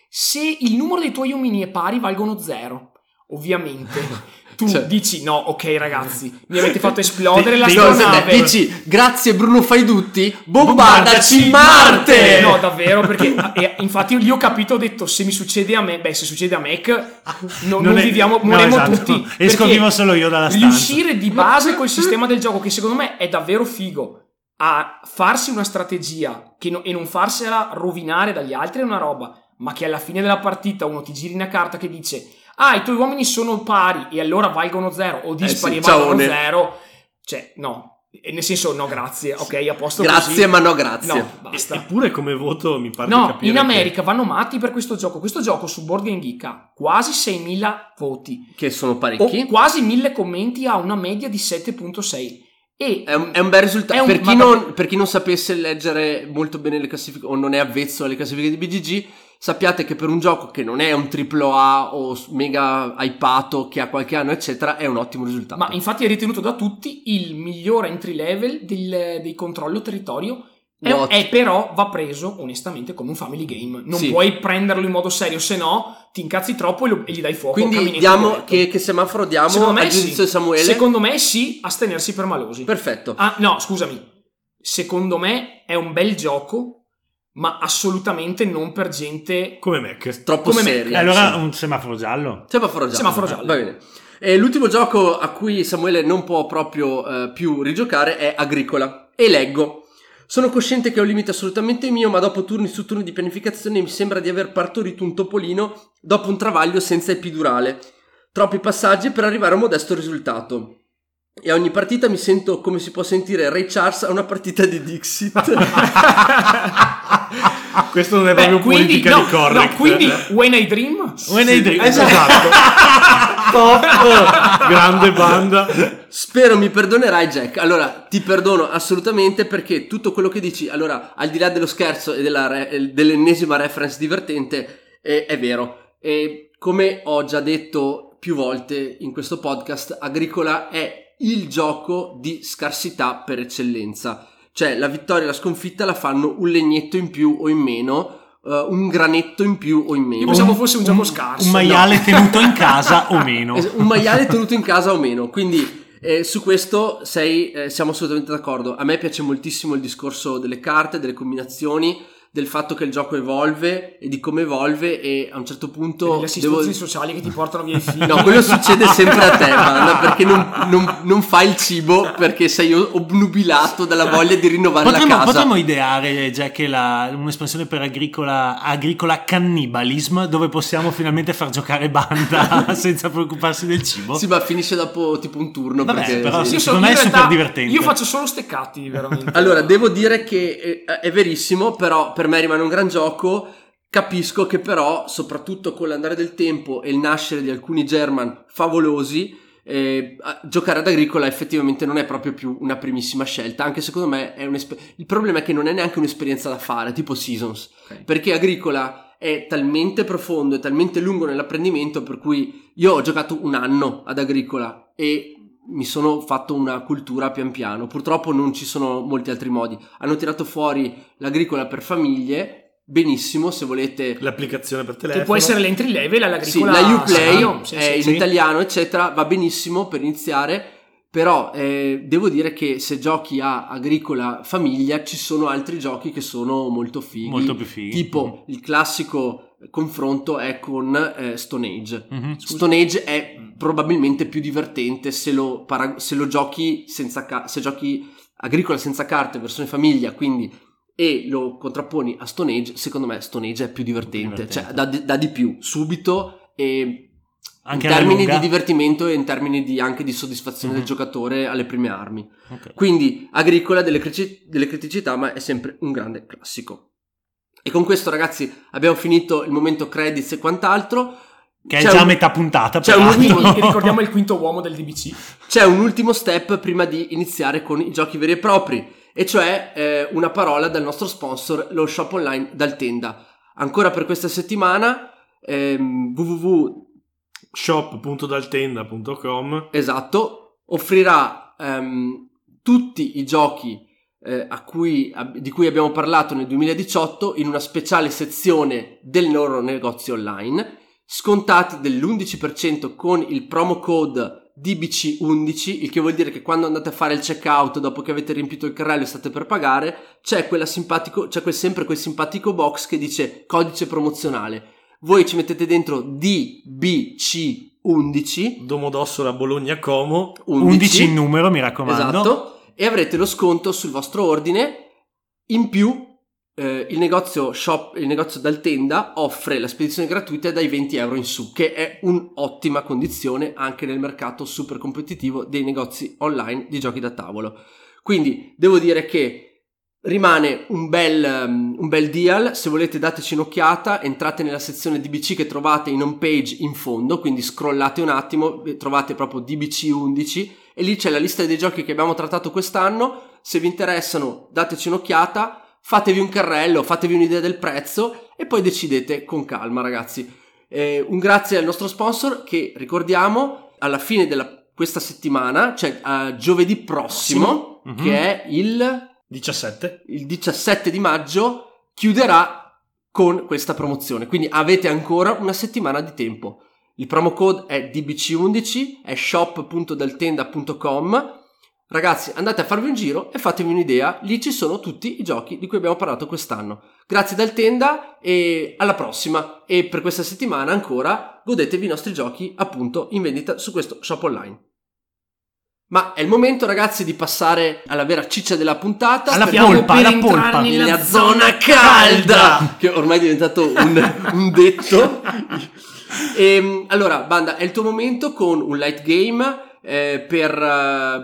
se il numero dei tuoi omini è pari valgono zero. Ovviamente tu Cioè. dici no, ok ragazzi, mi avete fatto esplodere Di- di- No, l'astronave. dici grazie Bruno Faidutti, Bombardaci bombardaci Marte. No, davvero, perché e, infatti io ho capito, ho detto se mi succede a me, beh, se succede a Mac no- non, è- viviamo, no, moriremo esatto. tutti. Esco perché vivo solo io dalla stanza. riuscire di base col sistema del gioco, che secondo me è davvero figo, a farsi una strategia che no- e non farsela rovinare dagli altri è una roba, ma che alla fine della partita uno ti giri una carta che dice ah, i tuoi uomini sono pari e allora valgono zero o dispari Eh e sì, valgono ciaone. zero, cioè no. E nel senso, no, grazie, ok, a posto Grazie, così. ma no, grazie. No, basta. Eppure come voto mi pare di No, capire in che- America vanno matti per questo gioco. Questo gioco su Board Game Geek ha quasi seimila voti. Che sono O parecchi. quasi mille commenti, ha una media di sette virgola sei. E È un, è un bel risultato. È un- per, chi ma non, davvero- per chi non sapesse leggere molto bene le classifiche o non è avvezzo alle classifiche di B G G, sappiate che per un gioco che non è un triplo A o mega hypato che ha qualche anno, eccetera, è un ottimo risultato. ma infatti è ritenuto da tutti il miglior entry level del, dei controllo territorio. È, Not- è però va preso onestamente come un family game. Non Sì. puoi prenderlo in modo serio, se no ti incazzi troppo e, lo- e gli dai fuoco. Quindi caminetto diamo diretto. che, che semaforo diamo Secondo me a giudizio sì. di Samuele. Secondo me sì, astenersi per malosi. Perfetto. Ah, no, scusami. Secondo me è un bel gioco, ma assolutamente non per gente. come Mac. Troppo come me. serio. E allora un semaforo giallo. Semaforo giallo. Semaforo giallo. Va bene. E l'ultimo gioco a cui Samuele non può proprio eh, più rigiocare è Agricola. E leggo. Sono cosciente che è un limite assolutamente mio, ma dopo turni su turni di pianificazione mi sembra di aver partorito un topolino dopo un travaglio senza epidurale. Troppi passaggi per arrivare a un modesto risultato. E a ogni partita mi sento come si può sentire Ray Charles a una partita di Dixit. Questo non è Beh, proprio quindi, politica no, di correct. no, quindi eh. When I Dream? When I Dream. Esatto. Top, grande banda. Spero mi perdonerai, Jack. Allora, ti perdono assolutamente, perché tutto quello che dici, allora, al di là dello scherzo e della re- dell'ennesima reference divertente, eh, è vero. E come ho già detto più volte in questo podcast, Agricola è il gioco di scarsità per eccellenza. Cioè, la vittoria e la sconfitta la fanno un legnetto in più o in meno, uh, un granetto in più o in meno. Io pensavo fosse un gioco scarso. Un maiale No. tenuto in casa o meno. Es- un maiale tenuto in casa o meno. Quindi eh, su questo sei, eh, siamo assolutamente d'accordo. A me piace moltissimo il discorso delle carte, delle combinazioni, del fatto che il gioco evolve e di come evolve, e a un certo punto Le assistenze devo... sociali che ti portano via i figli. No, quello succede sempre a te, Wanda, perché non, non, non fai il cibo perché sei obnubilato dalla voglia di rinnovare Potremmo, la casa. potremmo ideare, Jack, la, un'espressione per agricola, agricola cannibalism, dove possiamo finalmente far giocare banda senza preoccuparsi del cibo. Sì, ma finisce dopo tipo un turno. Vabbè, perché, però sì. Io so- secondo me in è realtà super divertente. Io faccio solo steccati, veramente. Allora, devo dire che è, è verissimo, però per me rimane un gran gioco. Capisco che però, soprattutto con l'andare del tempo e il nascere di alcuni German favolosi, eh, giocare ad Agricola effettivamente non è proprio più una primissima scelta. Anche secondo me è un'esperienza. Il problema è che non è neanche un'esperienza da fare, tipo Seasons, Okay. perché Agricola è talmente profondo e talmente lungo nell'apprendimento, per cui io ho giocato un anno ad Agricola e mi sono fatto una cultura pian piano. Purtroppo non ci sono molti altri modi. Hanno tirato fuori l'Agricola per famiglie, benissimo, se volete. L'applicazione per telefono. Che può essere l'entry level Sì, all'agricola. la Uplay Sì, sì, è sì, in sì. italiano, eccetera, va benissimo per iniziare. Però eh, devo dire che se giochi a Agricola famiglia ci sono altri giochi che sono molto fighi, Molto più fighi. tipo il classico confronto è con eh, Stone Age. Mhm. Stone Age è probabilmente più divertente se lo, para- se lo giochi senza ca- se giochi Agricola senza carte, versione famiglia, quindi, e lo contrapponi a Stone Age. Secondo me Stone Age è più divertente, Divertente. cioè dà di, dà di più subito, e Anche in alla termini lunga? di divertimento e in termini di, anche di soddisfazione Mhm. del giocatore alle prime armi. Ok. Quindi Agricola delle, crici- delle criticità, ma è sempre un grande classico. E con questo, ragazzi, abbiamo finito il momento credits e quant'altro. Che è C'è già un- metà puntata, c'è peraltro. un ultimo- E ricordiamo il quinto uomo del D B C. C'è un ultimo step prima di iniziare con i giochi veri e propri, e cioè eh, una parola dal nostro sponsor, lo shop online Daltenda. Ancora per questa settimana ehm, www shop punto daltenda punto com. esatto, offrirà ehm, tutti i giochi eh, a cui, a- di cui abbiamo parlato nel duemiladiciotto in una speciale sezione del loro negozio online, scontati dell'undici per cento con il promo code D B C undici, il che vuol dire che quando andate a fare il checkout dopo che avete riempito il carrello e state per pagare, c'è quella simpatico, c'è quel, sempre quel simpatico box che dice codice promozionale. Voi ci mettete dentro D B C undici, Domodossola Bologna Como. undici in numero, mi raccomando. esatto, e avrete lo sconto sul vostro ordine. In più eh, il negozio shop, il negozio Daltenda offre la spedizione gratuita dai venti euro in su, che è un'ottima condizione anche nel mercato super competitivo dei negozi online di giochi da tavolo. Quindi devo dire che rimane un bel, um, un bel deal. Se volete dateci un'occhiata, entrate nella sezione D B C che trovate in home page in fondo, quindi scrollate un attimo e trovate proprio D B C undici e lì c'è la lista dei giochi che abbiamo trattato quest'anno. Se vi interessano dateci un'occhiata, fatevi un carrello, fatevi un'idea del prezzo e poi decidete con calma, ragazzi. Eh, un grazie al nostro sponsor che, ricordiamo, alla fine della questa settimana, cioè uh, giovedì prossimo, Mhm. che è il diciassette. il diciassette di maggio, chiuderà con questa promozione, quindi avete ancora una settimana di tempo. Il promo code è D B C undici, è shop punto daltenda punto com. Ragazzi, andate a farvi un giro e fatevi un'idea, lì ci sono tutti i giochi di cui abbiamo parlato quest'anno. Grazie Daltenda e alla prossima, e per questa settimana ancora godetevi i nostri giochi appunto in vendita su questo shop online. Ma è il momento, ragazzi, di passare alla vera ciccia della puntata. Alla Speriamo polpa, per alla entrare polpa. nella zona calda, che ormai è diventato un, un detto. E, allora, banda, è il tuo momento con un light game eh, per uh,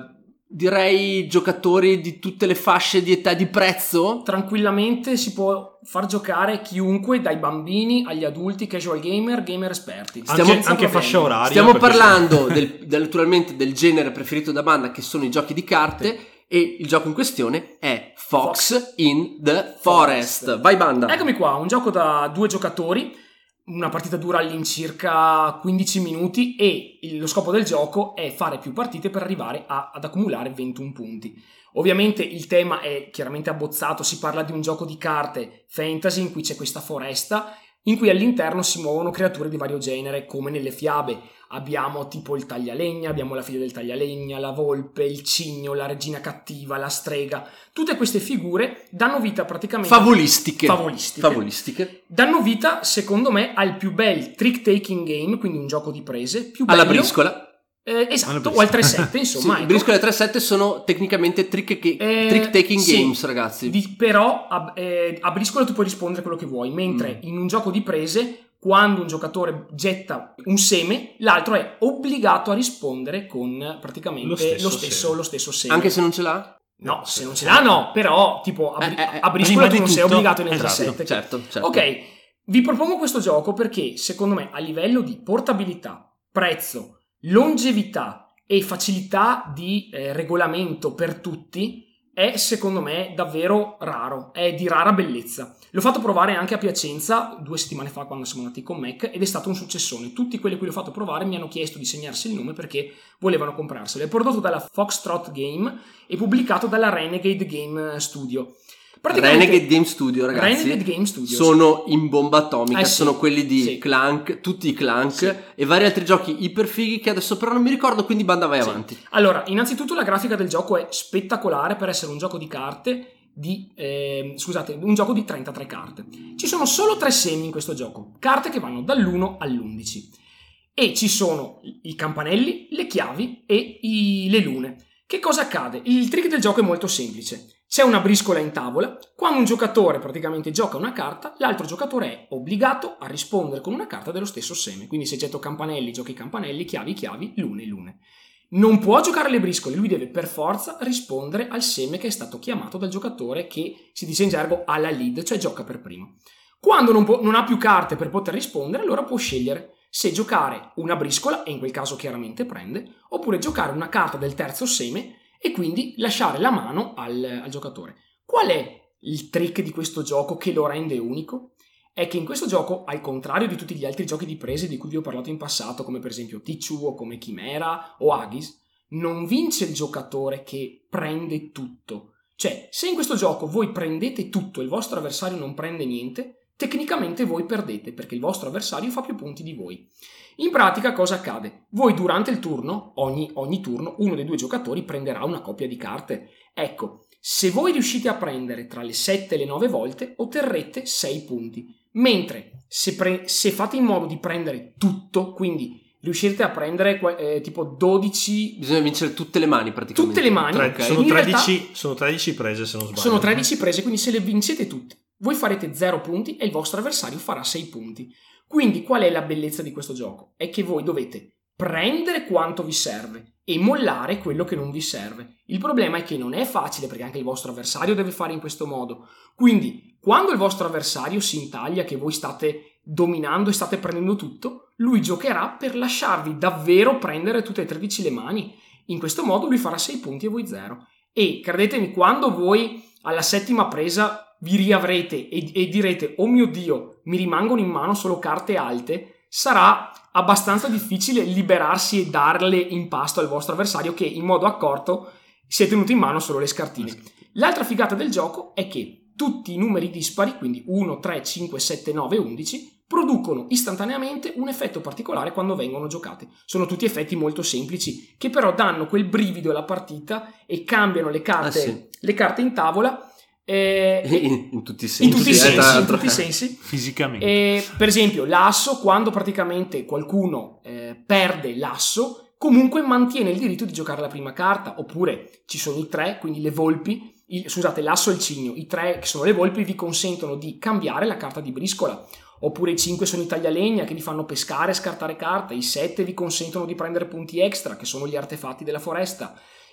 direi giocatori di tutte le fasce di età e di prezzo. Tranquillamente si può far giocare chiunque, dai bambini agli adulti, casual gamer, gamer esperti. Stiamo anche, anche fascia oraria. Stiamo parlando del, del, naturalmente del genere preferito da banda, che sono i giochi di carte, sì. E il gioco in questione è Fox, Fox in the Forest. Forest. Vai banda. Eccomi qua, un gioco da due giocatori. Una partita dura all'incirca quindici minuti e lo scopo del gioco è fare più partite per arrivare a, ad accumulare ventuno punti. Ovviamente il tema è chiaramente abbozzato, si parla di un gioco di carte fantasy in cui c'è questa foresta in cui all'interno si muovono creature di vario genere, come nelle fiabe. Abbiamo tipo il taglialegna, abbiamo la figlia del taglialegna, la volpe, il cigno, la regina cattiva, la strega. Tutte queste figure danno vita praticamente... Favolistiche. Favolistiche. Favolistiche. Danno vita, secondo me, al più bel trick-taking game, quindi un gioco di prese, più bello... Alla briscola. Eh, esatto, o al tre sette, insomma. Sì, ecco. Briscola e tre sette sono tecnicamente trick, che, eh, trick taking sì, games, ragazzi. Di, però a, eh, a briscola tu puoi rispondere a quello che vuoi, mentre mm. in un gioco di prese, quando un giocatore getta un seme, l'altro è obbligato a rispondere con praticamente lo stesso, lo stesso, seme. Lo stesso seme. Anche se non ce l'ha? No, se non ce l'ha no, però tipo a, eh, eh, a briscola tu non sei obbligato nel esatto, tre sette. Certo, certo. Ok, vi propongo questo gioco perché secondo me a livello di portabilità, prezzo, longevità e facilità di eh, regolamento per tutti è secondo me davvero raro, è di rara bellezza. L'ho fatto provare anche a Piacenza due settimane fa quando siamo andati con Mac ed è stato un successone. Tutti quelli a cui l'ho fatto provare mi hanno chiesto di segnarsi il nome perché volevano comprarselo. È prodotto dalla Foxtrot Game e pubblicato dalla Renegade Game Studio. Renegade Game Studio, ragazzi, Renegade Game Studio, sono sì. in bomba atomica, eh, sono sì. quelli di sì. Clank, tutti i Clank sì. e vari altri giochi iperfighi che adesso però non mi ricordo, quindi banda vai sì. avanti. Allora, innanzitutto la grafica del gioco è spettacolare per essere un gioco di carte di eh, scusate, un gioco di trentatré carte. Ci sono solo tre semi in questo gioco, carte che vanno dall'uno all'undici e ci sono i campanelli, le chiavi e i, le lune. Che cosa accade? Il trick del gioco è molto semplice. C'è una briscola in tavola, quando un giocatore praticamente gioca una carta, l'altro giocatore è obbligato a rispondere con una carta dello stesso seme. Quindi se getto campanelli, giochi campanelli, chiavi, chiavi, lune, lune. Non può giocare le briscole, lui deve per forza rispondere al seme che è stato chiamato dal giocatore che si dice in gergo alla lead, cioè gioca per primo. Quando non, può, non ha più carte per poter rispondere, allora può scegliere se giocare una briscola, e in quel caso chiaramente prende, oppure giocare una carta del terzo seme e quindi lasciare la mano al, al giocatore. Qual è il trick di questo gioco che lo rende unico? È che in questo gioco, al contrario di tutti gli altri giochi di prese di cui vi ho parlato in passato, come per esempio Tichu o come Chimera o Agis, non vince il giocatore che prende tutto. Cioè, se in questo gioco voi prendete tutto e il vostro avversario non prende niente, tecnicamente voi perdete perché il vostro avversario fa più punti di voi. In pratica cosa accade? Voi durante il turno, ogni, ogni turno, uno dei due giocatori prenderà una coppia di carte. Ecco, se voi riuscite a prendere tra le sette e le nove volte, otterrete sei punti. Mentre se, pre- se fate in modo di prendere tutto, quindi riuscite a prendere eh, tipo dodici... Bisogna vincere tutte le mani praticamente. Tutte le mani. Tre, okay. sono, tredici, realtà, sono tredici prese se non sbaglio. Sono tredici prese, quindi se le vincete tutte, voi farete zero punti e il vostro avversario farà sei punti. Quindi qual è la bellezza di questo gioco? È che voi dovete prendere quanto vi serve e mollare quello che non vi serve. Il problema è che non è facile perché anche il vostro avversario deve fare in questo modo. Quindi quando il vostro avversario si intaglia che voi state dominando e state prendendo tutto, lui giocherà per lasciarvi davvero prendere tutte e tredici le mani. In questo modo lui farà sei punti e voi zero. E credetemi, quando voi alla settima presa vi riavrete e, e direte oh mio Dio, mi rimangono in mano solo carte alte, sarà abbastanza difficile liberarsi e darle in pasto al vostro avversario che in modo accorto si è tenuto in mano solo le scartine. L'altra figata del gioco è che tutti i numeri dispari, quindi uno, tre, cinque, sette, nove, undici, producono istantaneamente un effetto particolare quando vengono giocate. Sono tutti effetti molto semplici che però danno quel brivido alla partita e cambiano le carte, ah, sì. le carte in tavola. Eh, in, in tutti i sensi, in tutti i sensi, in tutti i sensi. Fisicamente. Eh, per esempio, l'asso, quando praticamente qualcuno eh, perde l'asso, comunque mantiene il diritto di giocare la prima carta. Oppure ci sono i tre, quindi le volpi, il, scusate, l'asso e il cigno, i tre che sono le volpi vi consentono di cambiare la carta di briscola. Oppure i cinque sono i taglialegna che vi fanno pescare e scartare carta, i sette vi consentono di prendere punti extra, che sono gli artefatti della foresta.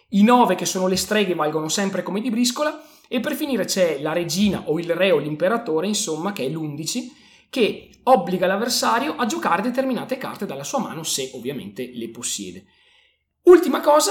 I nove, che sono le streghe, valgono sempre come di briscola. E per finire c'è la regina o il re o l'imperatore, insomma, che è l'undici, che obbliga l'avversario a giocare determinate carte dalla sua mano, se ovviamente le possiede. Ultima cosa,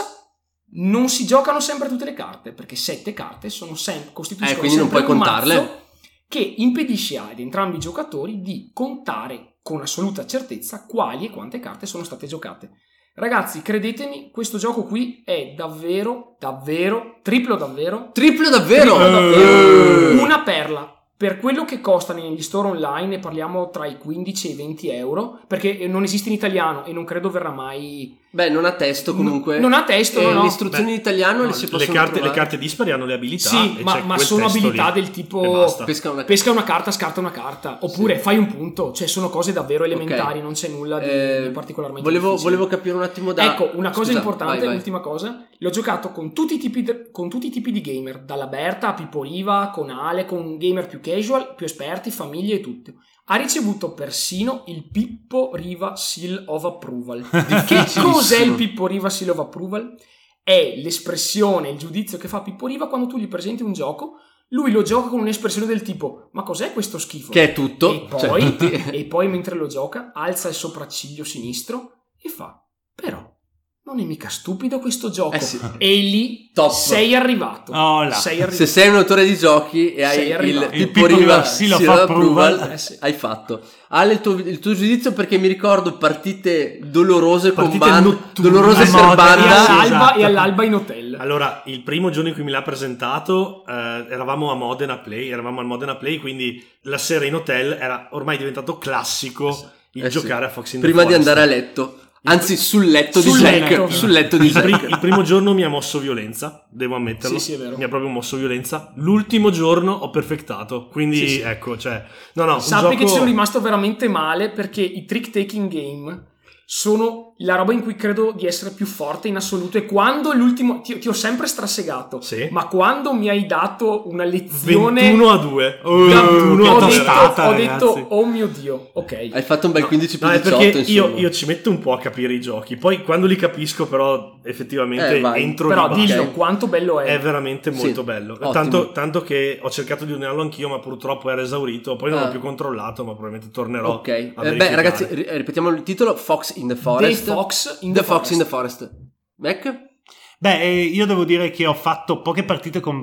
non si giocano sempre tutte le carte, perché sette carte sono sem- costituiscono eh, quindi non sempre puoi un contarle, mazzo che impedisce ad entrambi i giocatori di contare con assoluta certezza quali e quante carte sono state giocate. Ragazzi, credetemi, questo gioco qui è davvero, davvero, triplo davvero, triplo davvero, triplo davvero uh. una perla. Per quello che costa negli store online, ne parliamo tra i quindici e i venti euro, perché non esiste in italiano e non credo verrà mai... Beh, non ha testo comunque. No, non ha testo, eh, no, no. Le istruzioni Beh, in italiano no, le si le possono carte, trovare. le carte dispari hanno le abilità. Sì, e ma, c'è ma quel sono testo abilità lì del tipo e basta. Pesca una... pesca una carta, scarta una carta, oppure sì. fai un punto, cioè sono cose davvero elementari, okay. non c'è nulla di, eh, di particolarmente volevo, difficile. volevo capire un attimo da... Ecco, una cosa Scusa, importante, vai, vai. ultima cosa, l'ho giocato con tutti i tipi de, con tutti i tipi di gamer, dalla Berta a Pippo Riva, con Ale, con gamer più casual, più esperti, famiglie e tutto. Ha ricevuto persino il Pippo Riva Seal of Approval. Che cos'è il Pippo Riva Seal of Approval? È l'espressione, il giudizio che fa Pippo Riva quando tu gli presenti un gioco. Lui lo gioca con un'espressione del tipo: ma cos'è questo schifo? Che è tutto. E poi, cioè, tutti. e poi mentre lo gioca alza il sopracciglio sinistro e fa: però non è mica stupido questo gioco. Eh sì. E lì Top. sei arrivato. Oh là. Sei arrivato. Se sei un autore di giochi e hai Sei il arrivato. Il Pippo Pippo Riva Riva Seal of Seal of Approval, Approval, eh sì. hai fatto. Ale, il tuo, il tuo giudizio, perché mi ricordo partite dolorose Partite con banda, notturne. dolorose A per Modena, E banda. sì, all'alba, esatto. e all'alba in hotel. Allora, il primo giorno in cui me l'ha presentato, eh, eravamo a Modena Play, eravamo al Modena Play, quindi la sera in hotel era ormai diventato classico il Eh sì. giocare a Fox in the Prima di Forest. andare a letto. Anzi, sul letto Sul di Jack. letto. Sul letto di Il, pri- Jack. il primo giorno mi ha mosso violenza, devo ammetterlo. Sì, sì, è vero. Mi ha proprio mosso violenza. L'ultimo giorno ho perfectato. Quindi, Sì, sì. ecco, cioè... No, no, un Sappi gioco... che ci sono rimasto veramente male, perché i trick taking game sono la roba in cui credo di essere più forte in assoluto. E quando l'ultimo ti, ti ho sempre strassegato, Sì. ma quando mi hai dato una lezione ventuno a due. da- ventuno che ho, a detto, due. tostata, ho ragazzi. detto oh mio Dio, ok. Hai fatto un bel quindici più No, è diciotto, perché insomma. io, io ci metto un po' a capire i giochi. Poi quando li capisco, però, effettivamente Eh, vai. entro Però di base. dillo quanto bello è. È veramente Sì, molto bello. ottimo. Tanto, tanto che ho cercato di ordinarlo anch'io, ma purtroppo era esaurito. Poi non Ah. l'ho più controllato, ma probabilmente tornerò. Ok, a Eh, beh verificare. ragazzi, ri- ripetiamo il titolo: Fox in the Forest. The Fox in The the Fox in the Forest. Forest. Mac? Beh, eh, io devo dire che ho fatto poche partite con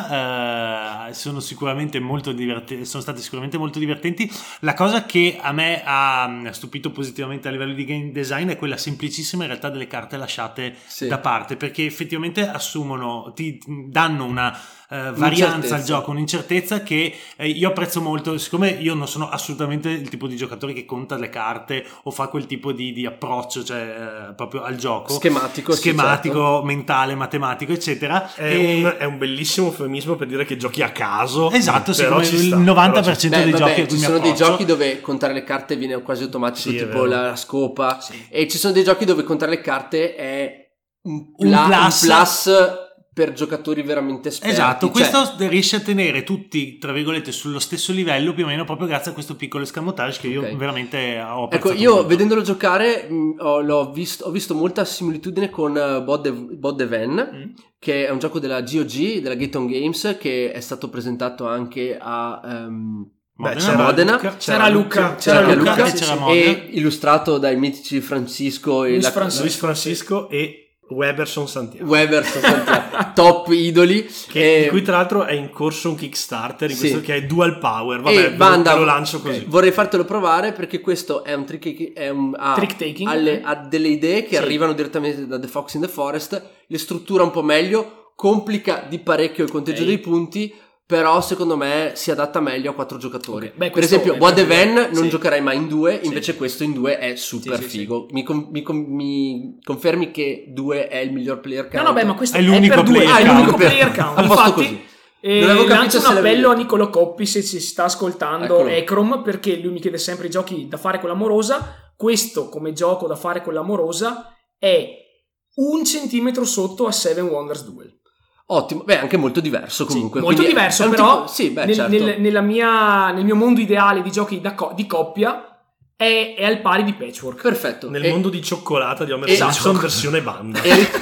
banda, eh, sono sicuramente molto divertenti, sono state sicuramente molto divertenti. La cosa che a me ha mm, stupito positivamente a livello di game design è quella semplicissima in realtà delle carte lasciate Sì. da parte, perché effettivamente assumono, ti danno una eh, varianza al Un'incertezza. gioco, un'incertezza che eh, io apprezzo molto, siccome io non sono assolutamente il tipo di giocatore che conta le carte o fa quel tipo di, di approccio, cioè eh, proprio al gioco Schematico, sì, schematico, certo. mentale, matematico, eccetera. È, E- un, è un bellissimo eufemismo per dire che giochi a caso. Esatto, sì, però come ci il sta, novanta però per ci cento Beh, dei vabbè, giochi a cui ci mi sono dei approccio. giochi dove contare le carte viene quasi automatico, Sì, è tipo vero. la scopa, e ci sono dei giochi dove contare le carte è un, Un pla- un plus. plus per giocatori veramente esperti. Esatto, Cioè, questo riesce a tenere tutti, tra virgolette, sullo stesso livello più o meno proprio grazie a questo piccolo escamotage che io Ok. veramente ho ecco, apprezzato io molto. vedendolo giocare mh, ho, l'ho visto, ho visto molta similitudine con uh, Bod the, Bod the Van, Mm. che è un gioco della G O G, della Gaton Games, che è stato presentato anche a... um, Beh, Modena. c'era Modena. Luca, C'era Luca, c'era c'era Luca, Luca, e sì, c'era sì. Modena. e illustrato dai mitici Francisco e Luis la, Francisco. Luis Francisco e Weberson Santiago. Weber, sono stati top idoli. Che, e, di cui tra l'altro è in corso un Kickstarter in Sì. questo che è Dual Power. e Vabbè, ve lo- Banda, ve lo lancio ok, così. vorrei fartelo provare perché questo è un trick, è un, ha, Trick taking. alle- ha delle idee che Sì. arrivano direttamente da The Fox in the Forest, le struttura un po' meglio, complica di parecchio il conteggio Ok. dei punti, però secondo me si adatta meglio a quattro giocatori. Ok. Beh, Per questo esempio è What the proprio- Van non sì. giocherai mai in due, Sì. invece questo in due è super Sì, sì, sì. figo. Mi, con- mi con- mi confermi che due è il miglior player No, count? no, beh, ma questo È è, l'unico per due. player Ah, è count. l'unico player count. A posto Infatti, così. eh, Non avevo capito lancio se un l'avevi appello a detto. Niccolò Coppi se ci sta ascoltando Eccolo. Ecrom, perché lui mi chiede sempre i giochi da fare con l'amorosa. Questo come gioco da fare con l'amorosa è un centimetro sotto a Seven Wonders Duel. Ottimo, beh, anche molto diverso comunque. Sì, molto quindi è- diverso, è un però tipo- sì, beh, nel, certo. nel- nella mia, nel mio mondo ideale di giochi da co- di coppia è, è al pari di Patchwork. Perfetto. Nel E- mondo di cioccolata di Homer Esatto. Simpson versione banda. e, ri-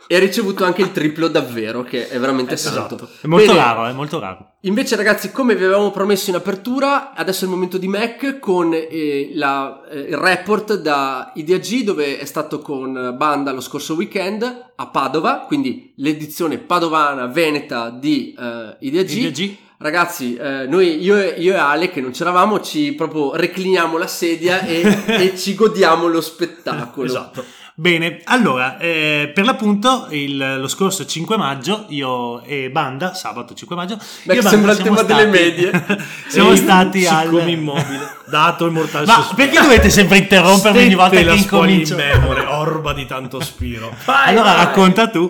e ha ricevuto anche il triplo davvero, che è veramente Esatto. tanto. È molto Bene. raro, è molto raro. Invece ragazzi, come vi avevamo promesso in apertura, adesso è il momento di Mac con eh, la, eh, il report da I D A G, dove è stato con Banda lo scorso weekend a Padova, quindi l'edizione padovana veneta di eh, I D A G. I D A G. Ragazzi, eh, noi, io, e- io e Ale, che non c'eravamo, ci proprio recliniamo la sedia e, e ci godiamo lo spettacolo. Esatto. Bene, allora, eh, per l'appunto il- lo scorso cinque maggio io e Banda, sabato cinque maggio, Beh, io e Banda sembra il siamo tema delle stati- medie. siamo Ehi, stati al... siccome immobile, dato il mortale Ma sospiro. perché dovete sempre interrompermi ogni volta Stette che la spoglia in incomincio? memore, orba di tanto spiro. Vai, Allora vai. racconta tu.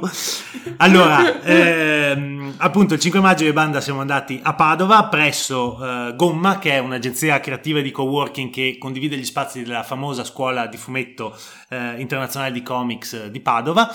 Allora, ehm, appunto il cinque maggio io e Banda siamo andati a Padova presso eh, Gomma, che è un'agenzia creativa di coworking che condivide gli spazi della famosa scuola di fumetto eh, internazionale di comics eh, di Padova,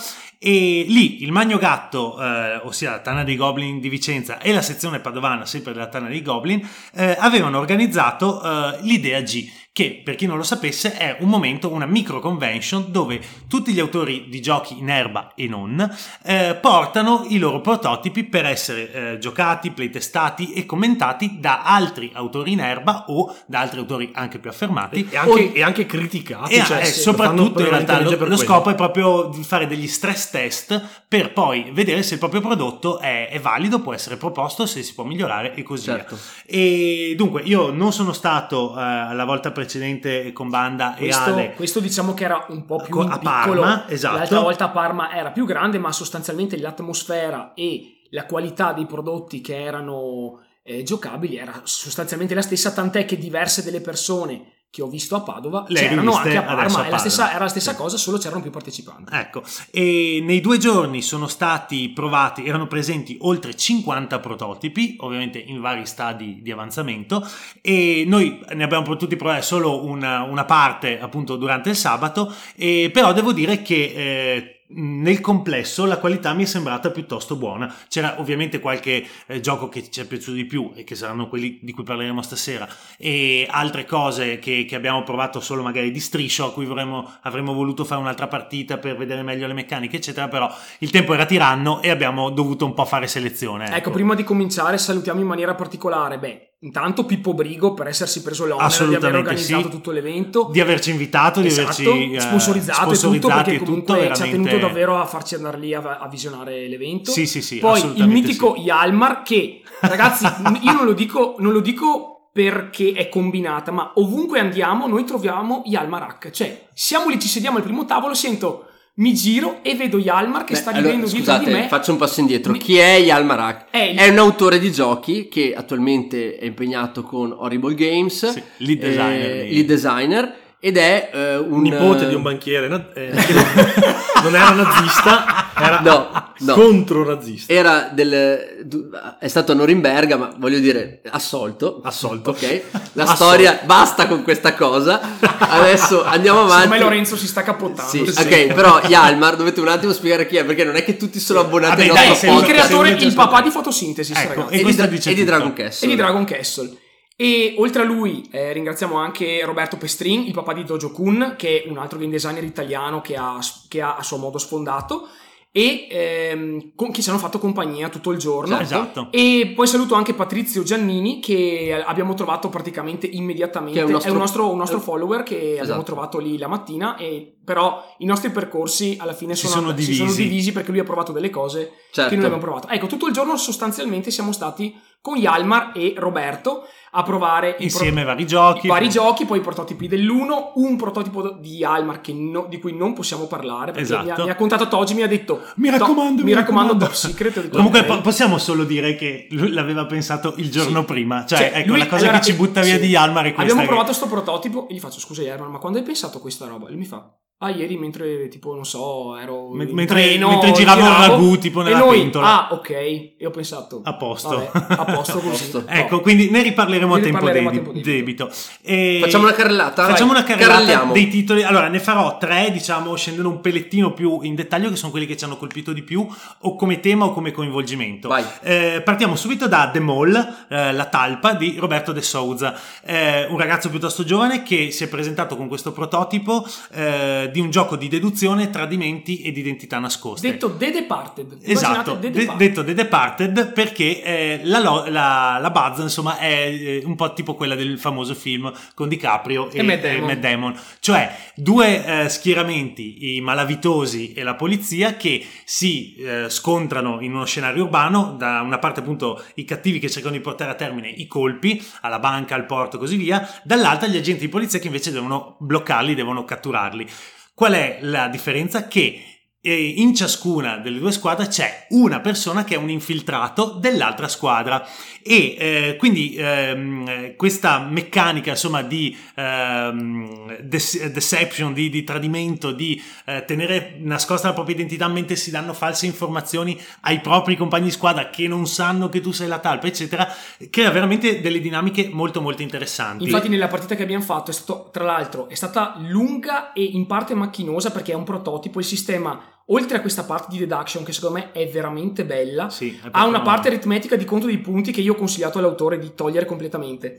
e lì il Magno Gatto, eh, ossia la Tana dei Goblin di Vicenza, e la sezione padovana sempre della Tana dei Goblin eh, avevano organizzato eh, l'I D A G, che per chi non lo sapesse è un momento, una micro convention dove tutti gli autori di giochi in erba e non eh, portano i loro prototipi per essere eh, giocati, playtestati e commentati da altri autori in erba o da altri autori anche più affermati. E anche, e anche criticati. E cioè, eh, sì, lo fanno soprattutto in realtà prevalentemente lo, per lo quello. scopo è proprio di fare degli stress test per poi vedere se il proprio prodotto è, è valido, può essere proposto, se si può migliorare e così Certo. via. E dunque io non sono stato eh, alla volta precedente con Banda e Questo, Ale questo diciamo che era un po' più Co- in a piccolo. Parma, esatto. L'altra volta a Parma era più grande, ma sostanzialmente l'atmosfera e la qualità dei prodotti che erano eh, giocabili era sostanzialmente la stessa, tant'è che diverse delle persone che ho visto a Padova Le hai c'erano viste anche a adesso Parma, a è la Padova. stessa, era la stessa Sì. cosa, solo c'erano più partecipanti. Ecco, e nei due giorni sono stati provati, erano presenti oltre cinquanta prototipi, ovviamente in vari stadi di avanzamento, e noi ne abbiamo potuti provare solo una, una parte appunto durante il sabato, e però devo dire che eh, nel complesso la qualità mi è sembrata piuttosto buona. C'era ovviamente qualche eh, gioco che ci è piaciuto di più e che saranno quelli di cui parleremo stasera, e altre cose che, che abbiamo provato solo magari di striscio, a cui vorremmo, avremmo voluto fare un'altra partita per vedere meglio le meccaniche eccetera, però il tempo era tiranno e abbiamo dovuto un po' fare selezione. Ecco, Ecco, prima di cominciare salutiamo in maniera particolare, beh, intanto Pippo Brigo per essersi preso l'onere di aver Assolutamente organizzato sì. tutto l'evento. di averci invitato, di Esatto, averci eh, sponsorizzato e tutto, sponsorizzati perché e tutto, comunque ci ha veramente- tenuto davvero a farci andare lì a, a visionare l'evento. Sì, sì, sì, Poi il assolutamente mitico sì. Yalmar, che ragazzi io non lo dico non lo dico perché è combinata, ma ovunque andiamo noi troviamo Yalmarak, cioè siamo lì, ci sediamo al primo tavolo, sento, mi giro e vedo Yalmar che Beh, sta allora, ridendo dietro scusate, di me. faccio un passo indietro. Mi- Chi è Yalmarak? È il- È un autore di giochi che attualmente è impegnato con Horrible Games, Sì, lead designer eh, di- lead designer, ed è eh, un Nipote di un banchiere, no? Eh, che non, non era nazista, era No, no. contro-nazista. Era del du- è stato a Norimberga, ma voglio dire assolto. Assolto. Ok, la Assolto. storia basta con questa cosa. Adesso andiamo avanti. Secondo me Lorenzo si sta capottando. Sì, Sì. ok, però Yalmar dovete un attimo spiegare chi è, perché non è che tutti sono abbonati Vabbè, al dai, nostro sei Il un podcast. creatore, Sempre il già papà stato. di Photosynthesis, Ecco, ragazzi. e E di, questo Dra- dice e di tutto. Dragon E Castle. di Dragon Castle. E oltre a lui eh, ringraziamo anche Roberto Pestrin, il papà di Dojo Kun, che è un altro game designer italiano che ha, che ha a suo modo sfondato, e ehm, con chi ci hanno fatto compagnia tutto il giorno. Esatto. E poi saluto anche Patrizio Giannini, che abbiamo trovato praticamente immediatamente. Che è un nostro- è un nostro, un nostro follower che abbiamo Esatto. trovato lì la mattina, e però i nostri percorsi alla fine Si sono, sono si sono divisi. divisi perché lui ha provato delle cose Certo. che noi abbiamo provato. Ecco, tutto il giorno sostanzialmente siamo stati con Yalmar e Roberto a provare i Insieme pro- vari giochi. i vari giochi, poi i prototipi dell'uno, un prototipo di Yalmar che no- di cui non possiamo parlare perché Esatto. mi, ha, mi ha contattato oggi, mi ha detto Mi "To- raccomando, mi mi raccomando raccomando." Top Secret. Ho detto, Comunque "Ok". po- possiamo solo dire che lui l'aveva pensato il giorno Sì. prima, cioè, Cioè, ecco, lui- la cosa allora, che ci butta via sì. di Yalmar è questa. Abbiamo che- provato sto prototipo e gli faccio scusa Yalmar, ma quando hai pensato a questa roba? E lui mi fa ah, ieri mentre tipo non so ero Men- in mentre- treno, mentre giravo il ragù, tipo nella e noi, pentola. ah ok, e ho pensato A posto. vabbè, a posto così. posto. Ecco, No. quindi ne riparleremo, Ne a tempo, riparleremo a dedi- tempo debito. debito. E- Facciamo una carrellata? Facciamo Vai, una carrellata carrelliamo. dei titoli. Allora, ne farò tre, diciamo, scendendo un pellettino più in dettaglio, che sono quelli che ci hanno colpito di più, o come tema o come coinvolgimento. Vai. Eh, partiamo subito da The Mall, eh, la talpa di Roberto De Souza, eh, un ragazzo piuttosto giovane che si è presentato con questo prototipo eh, di un gioco di deduzione, tradimenti ed identità nascoste. Detto The Departed. Esatto, The de- Departed. detto The Departed perché eh, la, lo- la, la buzz insomma è eh, un po' tipo quella del famoso film con DiCaprio e, E Matt e Damon. Matt Damon, cioè due eh, schieramenti, i malavitosi e la polizia, che si eh, scontrano in uno scenario urbano, da una parte appunto i cattivi che cercano di portare a termine i colpi alla banca, al porto e così via, dall'altra gli agenti di polizia che invece devono bloccarli, devono catturarli. Qual è la differenza? Che eh, in ciascuna delle due squadre c'è una persona che è un infiltrato dell'altra squadra e eh, quindi ehm, questa meccanica insomma di ehm, de- deception, di, di tradimento, di eh, tenere nascosta la propria identità mentre si danno false informazioni ai propri compagni di squadra che non sanno che tu sei la talpa, eccetera, crea veramente delle dinamiche molto molto interessanti. Infatti nella partita che abbiamo fatto è stato, tra l'altro, è stata lunga e in parte macchinosa perché è un prototipo. Il sistema, oltre a questa parte di deduction che secondo me è veramente bella, Sì, è ha una proprio- parte aritmetica di conto dei punti che io ho consigliato all'autore di togliere completamente.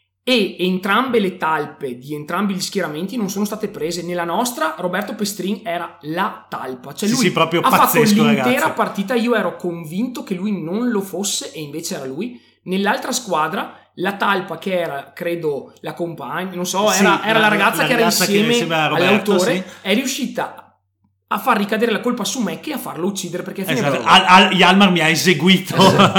E entrambe le talpe di entrambi gli schieramenti non sono state prese. Nella nostra Roberto Pestrin era la talpa, cioè Sì, lui sì, proprio ha pazzesco, fatto l'intera ragazzi. partita, io ero convinto che lui non lo fosse e invece era lui. Nell'altra squadra la talpa, che era credo la compagna, non so, Sì, era, era la, la- ragazza la che ragazza era che insieme insieme a Roberto, all'autore, sì. è riuscita a far ricadere la colpa su me e a farlo uccidere perché a fine Esatto. prova- Al- Al- Yalmar mi ha eseguito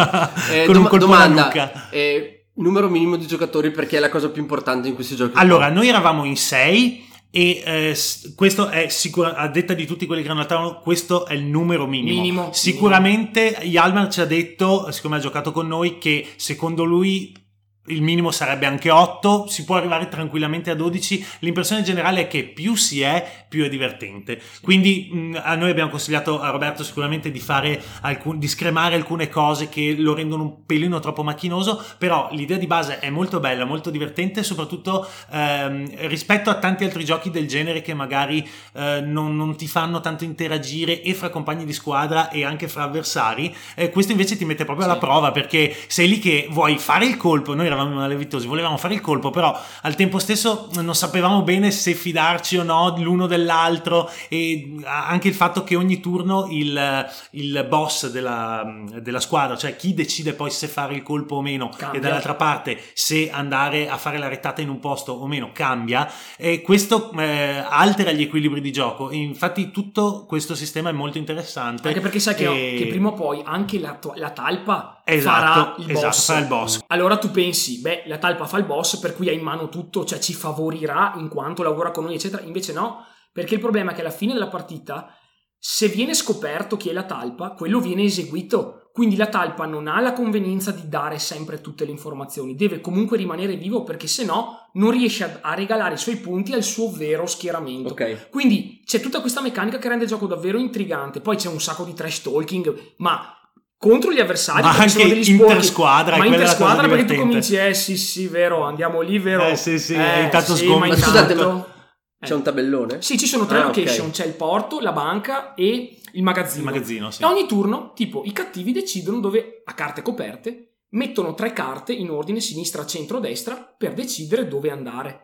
Eh, con un dom- colpo domanda, alla nuca. eh, numero minimo di giocatori, perché è la cosa più importante in questi giochi. Allora, noi eravamo in sei e eh, s- questo è sicuro, a detta di tutti quelli che hanno notato, questo è il numero minimo. Minimo, Sicuramente Yalmar ci ha detto, siccome ha giocato con noi, che secondo lui il minimo sarebbe anche otto, si può arrivare tranquillamente a dodici. L'impressione generale è che più si è, più è divertente. Quindi mh, a noi abbiamo consigliato a Roberto sicuramente di fare alcun, di scremare alcune cose che lo rendono un pelino troppo macchinoso, però l'idea di base è molto bella, molto divertente, soprattutto ehm, rispetto a tanti altri giochi del genere che magari eh, non, non ti fanno tanto interagire e fra compagni di squadra e anche fra avversari. Eh, questo invece ti mette proprio Sì. alla prova, perché sei lì che vuoi fare il colpo. Noi eravamo malavitosi, volevamo fare il colpo, però al tempo stesso non sapevamo bene se fidarci o no l'uno dell'altro, e anche il fatto che ogni turno il, il boss della, della squadra, cioè chi decide poi se fare il colpo o meno, Cambia. e dall'altra parte se andare a fare la retata in un posto o meno, cambia, e questo eh, altera gli equilibri di gioco. Infatti tutto questo sistema è molto interessante, anche perché sai che, e- che prima o poi anche la, tua- la talpa esatto, farà il esatto, boss. farà il boss. Allora tu pensi, beh, la talpa fa il boss, per cui ha in mano tutto, cioè ci favorirà in quanto lavora con noi, eccetera. Invece no, perché il problema è che alla fine della partita, se viene scoperto chi è la talpa, quello viene eseguito. Quindi la talpa non ha la convenienza di dare sempre tutte le informazioni, deve comunque rimanere vivo, perché se no non riesce a, a regalare i suoi punti al suo vero schieramento. Ok. Quindi c'è tutta questa meccanica che rende il gioco davvero intrigante. Poi c'è un sacco di trash talking, ma contro gli avversari, Ma perché sono anche degli sporchi. intersquadra, Ma e quella è la cosa intersquadra perché tu divertente. cominci, eh sì sì vero, andiamo lì vero. Eh, sì, sì, eh, e intanto sì, sgomi ma Ma tutto. scusate, intanto- ma Eh. c'è un tabellone? Sì, ci sono tre Ah, location, ok. c'è il porto, la banca e il magazzino. Il magazzino, sì. E ogni turno, tipo, i cattivi decidono dove, a carte coperte, mettono tre carte in ordine sinistra, centro, destra per decidere dove andare.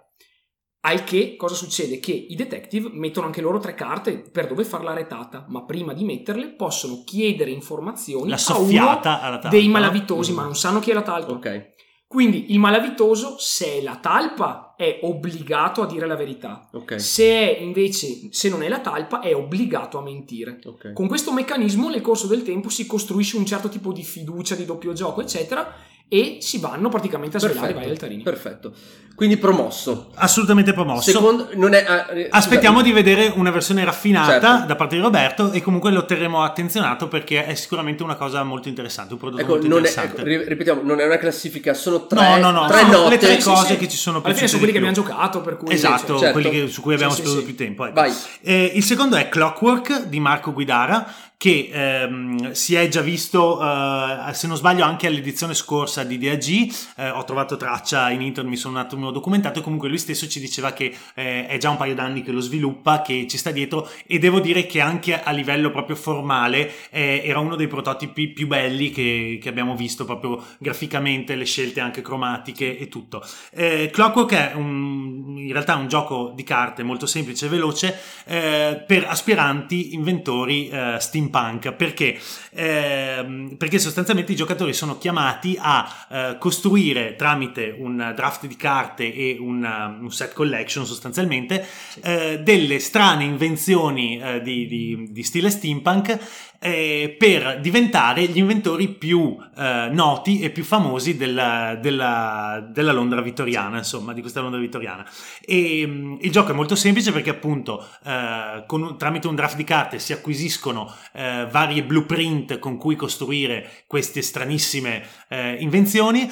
Al che cosa succede? Che i detective mettono anche loro tre carte per dove far la retata, ma prima di metterle possono chiedere informazioni La a soffiata alla uno talpa, dei no? malavitosi, Mm. ma non sanno chi è la talpa. Ok. Quindi il malavitoso, se è la talpa, è obbligato a dire la verità. Ok. Se è invece, se non è la talpa, è obbligato a mentire. Ok. Con questo meccanismo nel corso del tempo si costruisce un certo tipo di fiducia, di doppio gioco, eccetera, e si vanno praticamente a svelare i vari altarini. Perfetto. Quindi promosso. Assolutamente promosso. Secondo, non è, ah, eh, Aspettiamo scusate. di vedere una versione raffinata Certo. da parte di Roberto, e comunque lo terremo attenzionato perché è sicuramente una cosa molto interessante, un prodotto Ecco, molto non è, interessante. ecco, ri- ripetiamo, non è una classifica, sono tre, No, no, no, tre sono note. le tre Sì, cose sì. che ci sono Alla fine piaciute sono quelli di che più. abbiamo giocato, per cui Esatto, Certo. quelli che- su cui abbiamo Sì, sì, speso sì. più tempo. Ecco. Vai. Eh, il secondo è Clockwork di Marco Guidara, che ehm, si è già visto, eh, se non sbaglio, anche all'edizione scorsa di D A G. Eh, ho trovato traccia in internet, mi sono un attimo documentato, e comunque lui stesso ci diceva che eh, è già un paio d'anni che lo sviluppa, che ci sta dietro, e devo dire che anche a livello proprio formale eh, era uno dei prototipi più belli che, che abbiamo visto, proprio graficamente, le scelte anche cromatiche e tutto. Eh, Clockwork è un, in realtà un gioco di carte molto semplice e veloce eh, per aspiranti inventori eh, steampunk. Perché? Eh, perché sostanzialmente i giocatori sono chiamati a eh, costruire tramite un draft di carte e un, un set collection sostanzialmente sì. eh, delle strane invenzioni eh, di, di, di stile steampunk eh, per diventare gli inventori più eh, noti e più famosi della, della, della Londra vittoriana, insomma, di questa Londra vittoriana. E mh, il gioco è molto semplice perché appunto eh, con, tramite un draft di carte si acquisiscono eh, varie blueprint con cui costruire queste stranissime eh, invenzioni,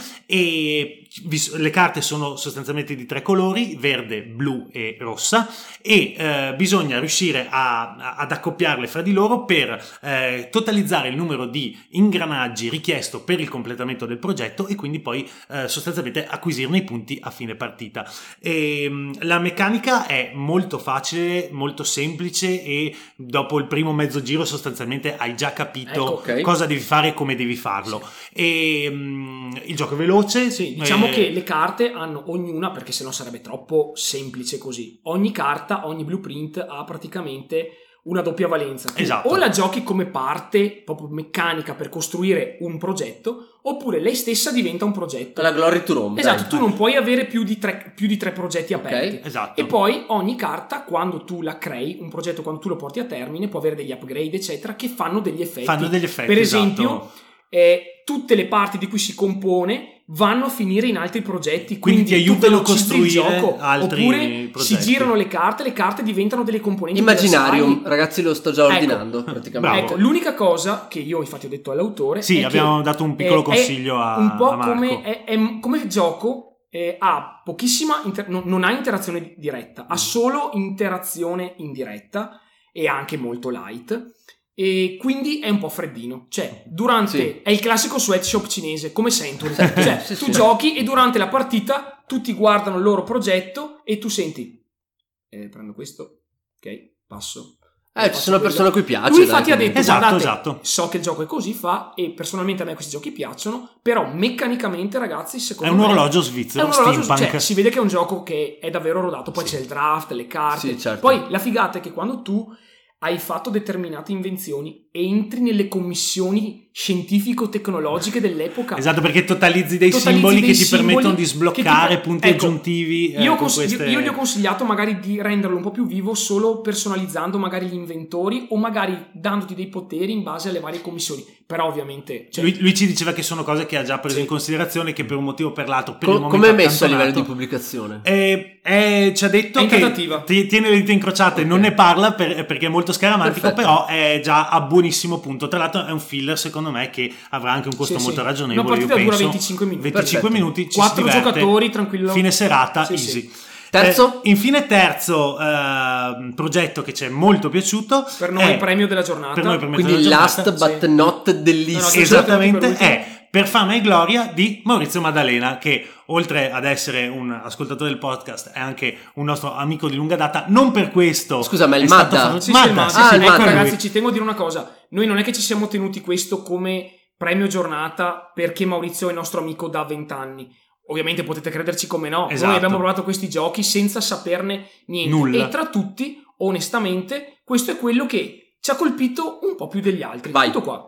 e vis- le carte sono sostanzialmente di tre colori: verde, blu e rossa, e eh, bisogna riuscire a, a, ad accoppiarle fra di loro per eh, totalizzare il numero di ingranaggi richiesto per il completamento del progetto, e quindi poi eh, sostanzialmente acquisirne i punti a fine partita. E, mh, la meccanica è molto facile, molto semplice, e dopo il primo mezzo giro sostanzialmente hai già capito ecco, okay. cosa devi fare e come devi farlo. Sì. E mh, il gioco è veloce. Sì, diciamo eh... che le carte hanno ognuna, perché sennò sarebbe troppo semplice così, ogni carta, ogni blueprint ha praticamente una doppia valenza. Tu esatto. O la giochi come parte proprio meccanica per costruire un progetto, oppure lei stessa diventa un progetto. La Glory to Rome. Esatto, dai. tu non puoi avere più di tre, più di tre progetti aperti. Okay. Esatto. E poi ogni carta, quando tu la crei, un progetto quando tu lo porti a termine, può avere degli upgrade eccetera che fanno degli effetti. Fanno degli effetti, per esempio, esatto. eh, tutte le parti di cui si compone vanno a finire in altri progetti, quindi, quindi ti aiutano a velocizzi costruire il gioco, altri oppure progetti. Si girano le carte, le carte diventano delle componenti Imaginarium, universali. Ragazzi, lo sto già Ecco. ordinando praticamente. Ecco, l'unica cosa che io infatti ho detto all'autore sì, è abbiamo che dato un piccolo è, consiglio è a, un po' a Marco. come è, è come gioco eh, ha pochissima inter- non, non ha interazione diretta, ha solo interazione indiretta e anche molto light. E quindi è un po' freddino, cioè durante sì. è il classico sweatshop cinese come Century, cioè sì, tu sì. giochi e durante la partita tutti guardano il loro progetto e tu senti eh, prendo questo, ok, passo. Eh, ci sono persone a cui piace. Lui infatti dai, ha detto esatto, guardate, esatto. so che il gioco è così, fa, e personalmente a me questi giochi piacciono, però meccanicamente ragazzi è secondo un me orologio svizzero, è un orologio, steampunk. cioè, si vede che è un gioco che è davvero rodato, poi Sì. c'è il draft, le carte, Sì, certo. poi la figata è che quando tu hai fatto determinate invenzioni e entri nelle commissioni scientifico-tecnologiche dell'epoca. Esatto, perché totalizzi dei totalizzi simboli dei che ti simboli permettono di sbloccare ti- punti ecco, aggiuntivi. Io, eh, cons- queste... io gli ho consigliato magari di renderlo un po' più vivo solo personalizzando magari gli inventori o magari dandoti dei poteri in base alle varie commissioni. Però ovviamente... Cioè, lui, lui ci diceva che sono cose che ha già preso Sì. in considerazione, che per un motivo o per l'altro per Co- il momento come è messo a accantonato. livello di pubblicazione? Eh, eh, ci ha detto È in che trattativa. ti- tiene le dita incrociate, Ok. non ne parla per- perché è molto scaramantico, Perfetto. però è già a buonissimo punto. Tra l'altro è un filler secondo me che avrà anche un costo Sì, molto sì. ragionevole. Una partita io dura penso. venticinque minuti. venticinque Perfetto. minuti, ci Quattro si diverte. giocatori, tranquillo. Fine serata, Sì, easy. sì. Terzo? Eh, infine terzo eh, progetto che ci è molto piaciuto Per noi è- il premio della giornata. per noi il premio Quindi della last giornata, but sì. not No, no, dell'issimo. sì, esattamente, per l'ultimo. è Per fama e gloria di Maurizio Maddalena, che oltre ad essere un ascoltatore del podcast è anche un nostro amico di lunga data. Non per questo Scusa, ma il è stato Madda? fa- Sì, sì, il Madda, Madda. sì, Ah, sì, il ecco Madda. lui. Ragazzi, ci tengo a dire una cosa. Noi non è che ci siamo tenuti questo come premio giornata perché Maurizio è il nostro amico da vent'anni. Ovviamente potete crederci come no. Esatto. Noi abbiamo provato questi giochi senza saperne niente. Nulla. E tra tutti, onestamente, questo è quello che ci ha colpito un po' più degli altri. Vai. Tutto qua.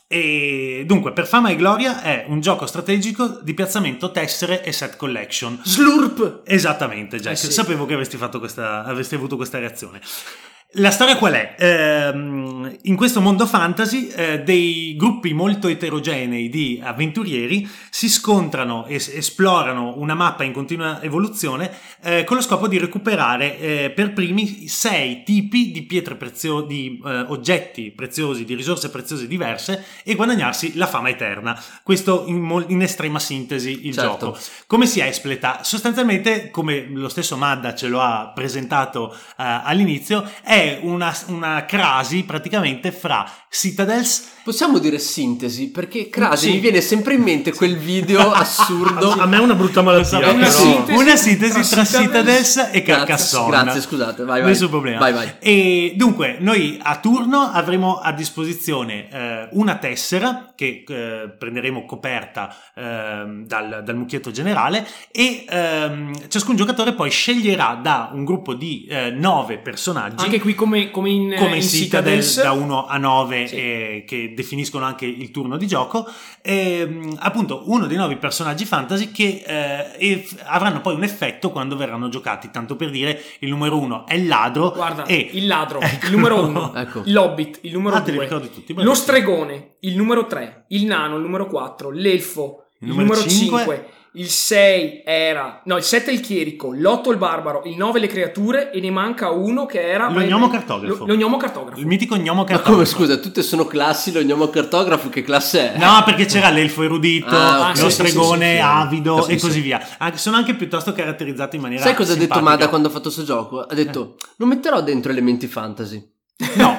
E dunque, Per fama e gloria è un gioco strategico di piazzamento tessere e set collection. Slurp! Esattamente, Jack. Eh sì. Sapevo che avresti fatto questa, avresti avuto questa reazione. La storia qual è? Ehm, in questo mondo fantasy eh, dei gruppi molto eterogenei di avventurieri si scontrano e s- esplorano una mappa in continua evoluzione eh, con lo scopo di recuperare eh, per primi sei tipi di pietre preziose, di eh, oggetti preziosi, di risorse preziose diverse e guadagnarsi la fama eterna. Questo in, mol- in estrema sintesi il Certo. gioco. Come si espleta? Sostanzialmente, come lo stesso Madda ce lo ha presentato eh, all'inizio, è è una, una crasi praticamente fra Citadels. Possiamo dire sintesi, perché crasi Sì. mi viene sempre in mente quel video assurdo. A me è una brutta malattia. Una però- sintesi una sintesi tra tra Citadels Citadels e Carcassonne. Grazie, grazie, scusate, vai vai. Nessun problema. Vai vai. E dunque, noi a turno avremo a disposizione eh, una tessera che eh, prenderemo coperta ehm, dal, dal mucchietto generale e ehm, ciascun giocatore poi sceglierà da un gruppo di eh, nove personaggi. Anche qui come, come in, Come in in Citadel, Citadels, da uno a nove Sì. eh, che definiscono anche il turno di gioco, ehm, appunto uno dei nuovi personaggi fantasy che eh, eff- avranno poi un effetto quando verranno giocati. Tanto per dire, il numero uno è il ladro. guarda, e il ladro, Ecco. il numero uno, Ecco. l'hobbit, il numero Ah, te li due, ricordi tutti, lo bravissimo. stregone, il numero tre, il nano, il numero quattro, l'elfo, Il il, numero numero cinque. cinque, il sei era, no, il sette è il chierico, l'otto il barbaro, il nove le creature e ne manca uno che era Lo gnomo cartografo. Lo, lo gnomo cartografo. Il mitico gnomo Ma cartografo. come, scusa, tutte sono classi, lo gnomo cartografo, che classe è? No, perché c'era l'elfo erudito, Ah, ok. lo Sì, sì, stregone sì, sì, sì. avido Sì, e sì. così via. Anche- sono anche piuttosto caratterizzati in maniera Sai cosa ha detto simpatica. Mada quando ha fatto questo gioco? Ha detto, non metterò dentro elementi fantasy. No,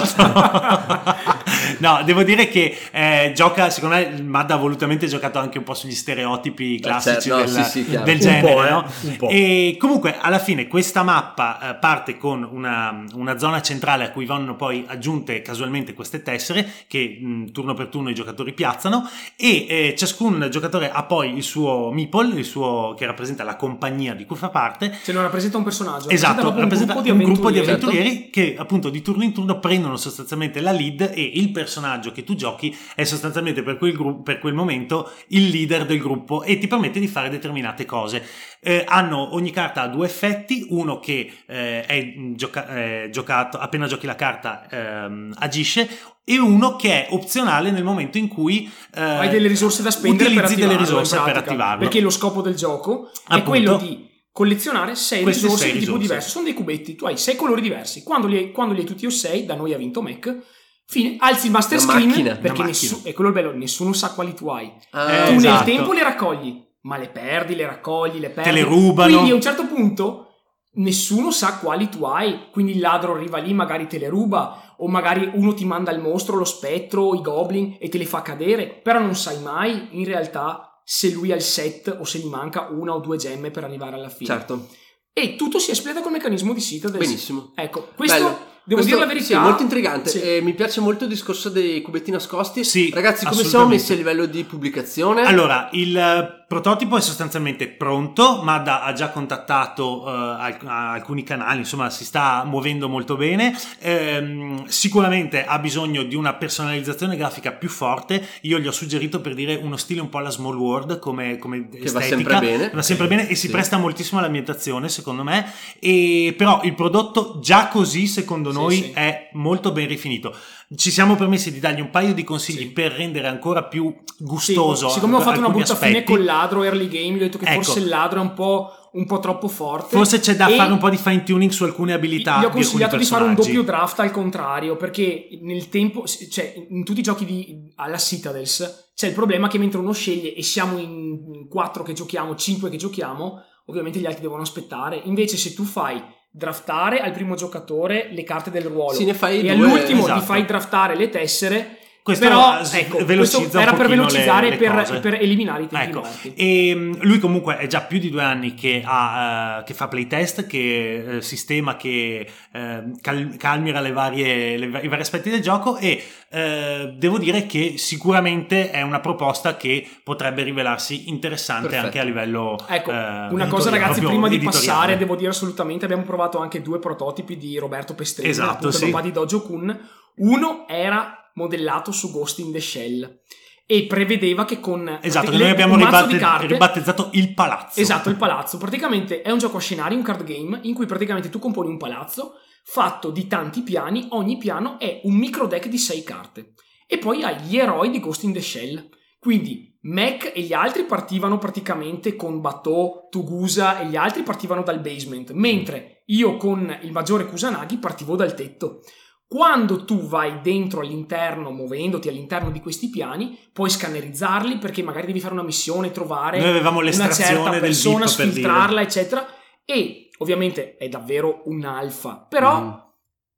esatto. No, devo dire che eh, gioca, secondo me Mad ha volutamente giocato anche un po' sugli stereotipi classici certo, no, del, sì, sì, chiaro. del Un genere, po', eh, no? un po'. E comunque alla fine questa mappa eh, parte con una, una zona centrale a cui vanno poi aggiunte casualmente queste tessere che mh, turno per turno i giocatori piazzano e eh, ciascun giocatore ha poi il suo meeple, il suo, che rappresenta la compagnia di cui fa parte. Se non rappresenta un personaggio, Esatto, proprio rappresenta un gruppo di un gruppo di avventurieri. avventurieri che appunto di turno in turno prendono sostanzialmente la lead e il personaggio che tu giochi è sostanzialmente per quel, gru- per quel momento il leader del gruppo e ti permette di fare determinate cose. Eh, hanno, ogni carta ha due effetti, uno che eh, è gioca- eh, giocato appena giochi la carta ehm, agisce e uno che è opzionale nel momento in cui eh, Hai delle risorse da spendere per utilizzi delle attivarlo, risorse in per pratica. attivarlo. Perché lo scopo del gioco è Appunto. quello di collezionare sei Queste risorse sei di tipo risorse. diverso. Sono dei cubetti, tu hai sei colori diversi. Quando li hai, quando li hai tutti o sei, da noi ha vinto Mac. Fine, alzi il master Una screen macchina, perché una nessuno, è quello il bello, nessuno sa quali tu hai. Ah, Eh, tu nel esatto. tempo le raccogli, ma le perdi, le raccogli, le perdi. le rubano. Quindi a un certo punto nessuno sa quali tu hai, quindi il ladro arriva lì, magari te le ruba, o magari uno ti manda il mostro, lo spettro, i goblin e te le fa cadere, però non sai mai in realtà se lui ha il set o se gli manca una o due gemme per arrivare alla fine. certo, E tutto si espleta col meccanismo di Citadel. benissimo. Ecco, questo Bello. devo Questo- dire la verità. Sì, molto intrigante. Sì. E mi piace molto il discorso dei cubetti nascosti. Sì, Ragazzi, come siamo assolutamente. messi a livello di pubblicazione? Allora, il eh, prototipo è sostanzialmente pronto, Madda ha già contattato eh, alc- alcuni canali, insomma si sta muovendo molto bene. Ehm, sicuramente ha bisogno di una personalizzazione grafica più forte. Io gli ho suggerito, per dire, uno stile un po' alla Small World come, come Che va estetica. sempre bene. Va sempre bene e si Sì. presta moltissimo all'ambientazione, secondo me. E però il prodotto già così, secondo Sì, noi, sì. è molto ben rifinito. Ci siamo permessi di dargli un paio di consigli Sì. per rendere ancora più Sì, gustoso. siccome ho fatto una alcuni brutta fine aspetti. col ladro early game, gli ho detto che Ecco. forse il ladro è un po', un po' troppo forte. Forse c'è da E fare un po' di fine tuning su alcune abilità. Gli ho di alcuni consigliato di fare un personaggi. doppio draft al contrario, perché nel tempo, cioè in tutti i giochi di, alla Citadels c'è il problema che mentre uno sceglie e siamo in quattro che giochiamo, cinque che giochiamo, ovviamente gli altri devono aspettare. Invece se tu fai draftare al primo giocatore le carte del ruolo Sì, ne fai e due, all'ultimo esatto. ti fai draftare le tessere, Questo però s- ecco, velocizza questo un era per pochino velocizzare le- le per, cose. per eliminare i tempi Ecco, morti. e mh, lui comunque è già più di due anni che, ha, eh, che fa playtest, che eh, sistema, che eh, cal- calmira le varie, le va- i vari aspetti del gioco e eh, devo dire che sicuramente è una proposta che potrebbe rivelarsi interessante Perfetto. anche a livello Ecco, eh, una cosa editoriale, ragazzi, proprio prima di editoriale. passare, devo dire assolutamente, abbiamo provato anche due prototipi di Roberto Pestrini, Esatto, appunto sì. papà di Dojo Kun. Uno era modellato su Ghost in the Shell e prevedeva che con Esatto, che le- noi abbiamo un mazzo ribatte- di carte, ribattezzato il palazzo. esatto, il palazzo, praticamente è un gioco a scenario, un card game, in cui praticamente tu componi un palazzo fatto di tanti piani, ogni piano è un micro deck di sei carte. E poi hai gli eroi di Ghost in the Shell. Quindi Mac e gli altri partivano praticamente con Bateau, Tugusa e gli altri partivano dal basement, mentre io con il maggiore Kusanagi partivo dal tetto. Quando tu vai dentro all'interno, muovendoti all'interno di questi piani, puoi scannerizzarli perché magari devi fare una missione, trovare Noi avevamo una l'estrazione certa del persona, V I P, per dire. sfiltrarla, eccetera. E ovviamente è davvero un alfa, però Mm.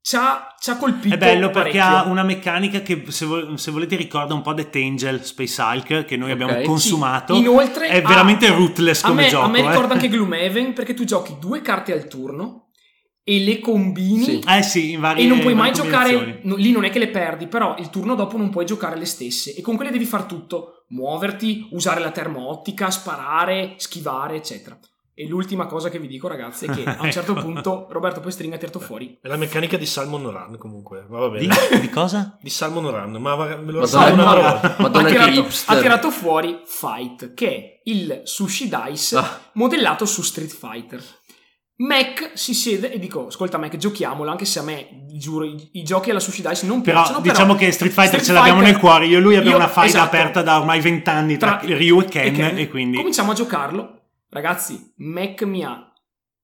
ci ha, ci ha colpito È bello perché parecchio. ha una meccanica che se, vo- se volete ricorda un po' The Tangel Space Hulk che noi Ok. abbiamo consumato. Sì, inoltre è ha- veramente rootless a come me, gioco. a me eh. ricorda anche Gloomhaven, perché tu giochi due carte al turno e le combini Sì. Eh sì, in varie e non puoi in mai varie giocare, combinazioni. no, lì non è che le perdi, però il turno dopo non puoi giocare le stesse e con quelle devi far tutto, muoverti, usare la termo-ottica, sparare, schivare, eccetera. E l'ultima cosa che vi dico, ragazzi, è che a un certo Ecco. punto Roberto Pestrin ha tirato fuori. È la meccanica di Salmon Run comunque, ma va bene. Di, di cosa? Di Salmon Run, ma va- me lo Madonna, ricordo una Madonna. volta. Madonna, ha, che tirato, hipster. ha tirato fuori Fight, che è il sushi dice Ah. modellato su Street Fighter. Mac si siede e dico, ascolta Mac, giochiamolo, anche se a me, giuro, i, i giochi alla sushi dice non Però piacciono. diciamo però che Street Fighter Street ce l'abbiamo Fighter- nel cuore. Io e lui abbiamo Io- una fight esatto. aperta da ormai vent'anni tra, Tra- Ryu e Ken, e, quindi cominciamo a giocarlo. Ragazzi, Mac mi ha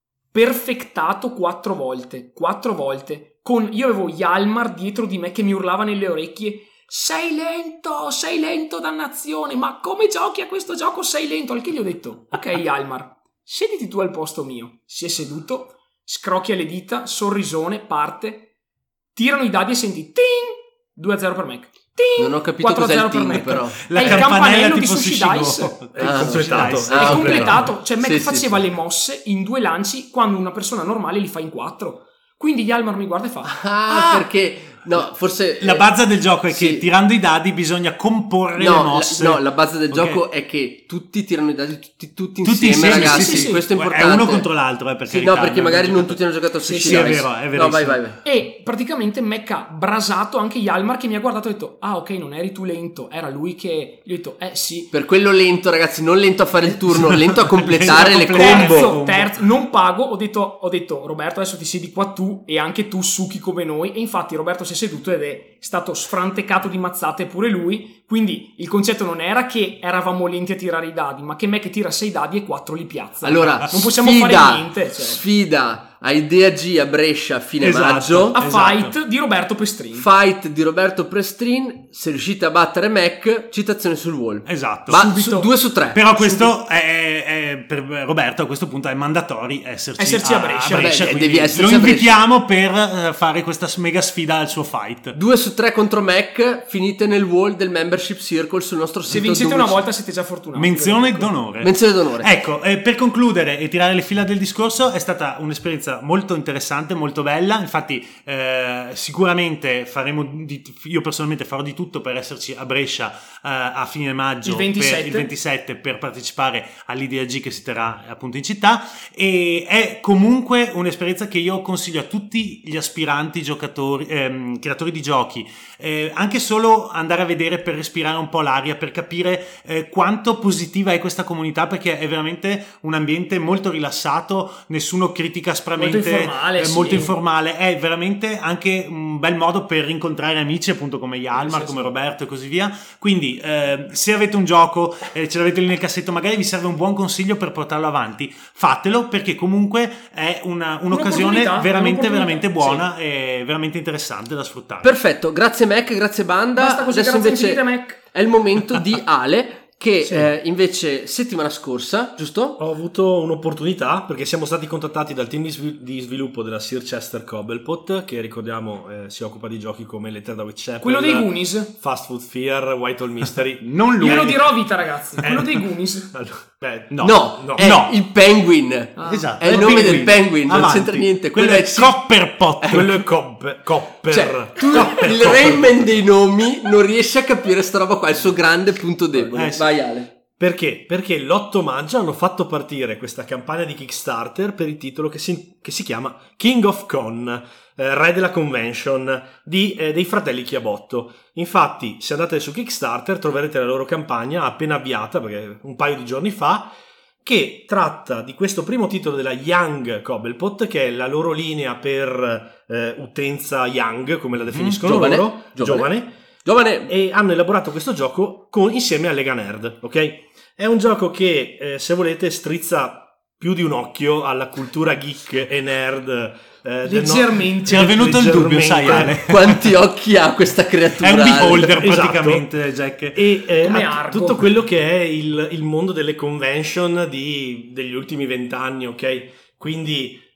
perfectato quattro volte, quattro volte, con io avevo Yalmar dietro di me che mi urlava nelle orecchie: sei lento, sei lento dannazione, ma come giochi a questo gioco sei lento? Al che gli ho detto: ok Yalmar, siediti tu al posto mio. Si è seduto, scrocchia le dita, sorrisone, parte, tirano i dadi e senti ting, due a zero per Mac. Ting, Non ho capito quattro a cos'è il zero per ting, Mac. però. la È il campanella campanello di tipo Sushi Sushi Dice. Go. È Ah, completato. Sushi Dice. Ah, È ok. completato, cioè Mac Sì, sì, faceva sì. le mosse in due lanci quando una persona normale li fa in quattro. Quindi Yalmar mi guarda e fa: Ah, "Ah, perché no, forse La eh, base del gioco è che sì. tirando i dadi bisogna comporre No, le la, mosse. no, la base del Ok. gioco è che tutti tirano i dadi tutti, tutti Tutti insieme, insieme, ragazzi. sì, sì, sì. Questo è È importante. uno contro l'altro, eh, per Sì, carità, no, perché non magari non giocato- tutti hanno giocato a Sì, Sushi sì, è Dice. vero, è No, verissimo. vai, vai, vai. E praticamente Mac ha brasato anche Yalmar che mi ha guardato e ha detto: ah, ok, non eri tu lento, era lui che. Gli ho detto: eh sì. Per quello lento, ragazzi, non lento a fare il turno, lento a completare le Lento a completare. combo. Terzo, terzo, non pago. Ho detto, ho detto, Roberto, adesso ti siedi qua tu e anche tu succhi come noi. E infatti Roberto si è seduto ed è stato sfrantecato di mazzate pure lui. Quindi il concetto non era che eravamo lenti a tirare i dadi, ma che me che tira sei dadi e quattro li piazza. Allora, non possiamo sfida, fare niente. Cioè. Sfida a Idea G a Brescia a fine Esatto. maggio. A Esatto. Fight di Roberto Pestrin. Fight di Roberto Prestrin. Se riuscite a battere Mac, citazione sul wall. Esatto. Ma Subito. su, due su tre. Però questo è, è- per Roberto a questo punto è mandatori esserci, Esserci a Brescia. Vabbè, quindi devi esserci lo a Brescia. invitiamo per eh, fare questa mega sfida al suo fight. Due su tre contro Mac, finite nel wall del membership circle sul nostro sito. Se vincete dove una ci- volta siete già fortunati. Menzione ve lo dico. d'onore. Menzione d'onore. Ecco, eh, per concludere e tirare le fila del discorso, è stata un'esperienza molto interessante, molto bella. Infatti, eh, sicuramente faremo di, io personalmente farò di tutto per esserci a Brescia eh, a fine maggio, Il ventisette. Per, il ventisette per partecipare all'I D A G che si terrà appunto in città. E è comunque un'esperienza che io consiglio a tutti gli aspiranti giocatori, ehm, creatori di giochi, eh, anche solo andare a vedere per respirare un po' l'aria, per capire eh, quanto positiva è questa comunità, perché è veramente un ambiente molto rilassato, nessuno critica aspramente, Molto informale, eh, sì. molto informale, è veramente anche un bel modo per rincontrare amici appunto come Yalmar, Sì, sì, come sì. Roberto e così via. Quindi eh, se avete un gioco, eh, ce l'avete lì nel cassetto, magari vi serve un buon consiglio per portarlo avanti, fatelo, perché comunque è una, un'occasione Un'opportunità, veramente un'opportunità, veramente buona e veramente interessante da sfruttare. Perfetto, grazie Mac, grazie banda. Basta così, Adesso grazie invece infinite, Mac. è il momento di Ale che Sì. eh, invece settimana scorsa, giusto? Ho avuto un'opportunità perché siamo stati contattati dal team di svil- di sviluppo della Sir Chester Cobblepot, che ricordiamo eh, si occupa di giochi come Letter da Whitechapel, Quello dei Goonies. Fast Food Fear, Whitehall Mystery. Non lui. Io lo dirò a vita, ragazzi. Quello dei Goonies. Allora, beh, No. No, no. è No. il Penguin. Ah. Esatto, È il nome del Penguin, non Avanti. c'entra niente. Quello, Quello è è Copperpot. quello è Cobb- Copper. Cioè, tu Copper, il Copper. Rayman dei nomi non riesci a capire sta roba qua, è il suo grande punto debole. Eh, sì. Vai Ale. Perché? Perché l'otto maggio hanno fatto partire questa campagna di Kickstarter per il titolo che si, che si chiama King of Con, eh, re della convention di, eh, dei fratelli Chiabotto. Infatti, se andate su Kickstarter troverete la loro campagna appena avviata, perché un paio di giorni fa, che tratta di questo primo titolo della Young Cobblepot, che è la loro linea per eh, utenza young, come la definiscono giovane, loro, giovane. giovane, Giovane, e hanno elaborato questo gioco con, insieme a Lega Nerd, ok? È un gioco che, eh, se volete, strizza più di un occhio alla cultura geek e nerd. Eh, del no- Leggermente. Ci era venuto il dubbio, sai leggermente. Ale. quanti occhi ha questa creatura? È un beholder Esatto. praticamente, Jack. E eh, Come ha Argo. tutto quello che è il, il mondo delle convention di, degli ultimi vent'anni, ok? Quindi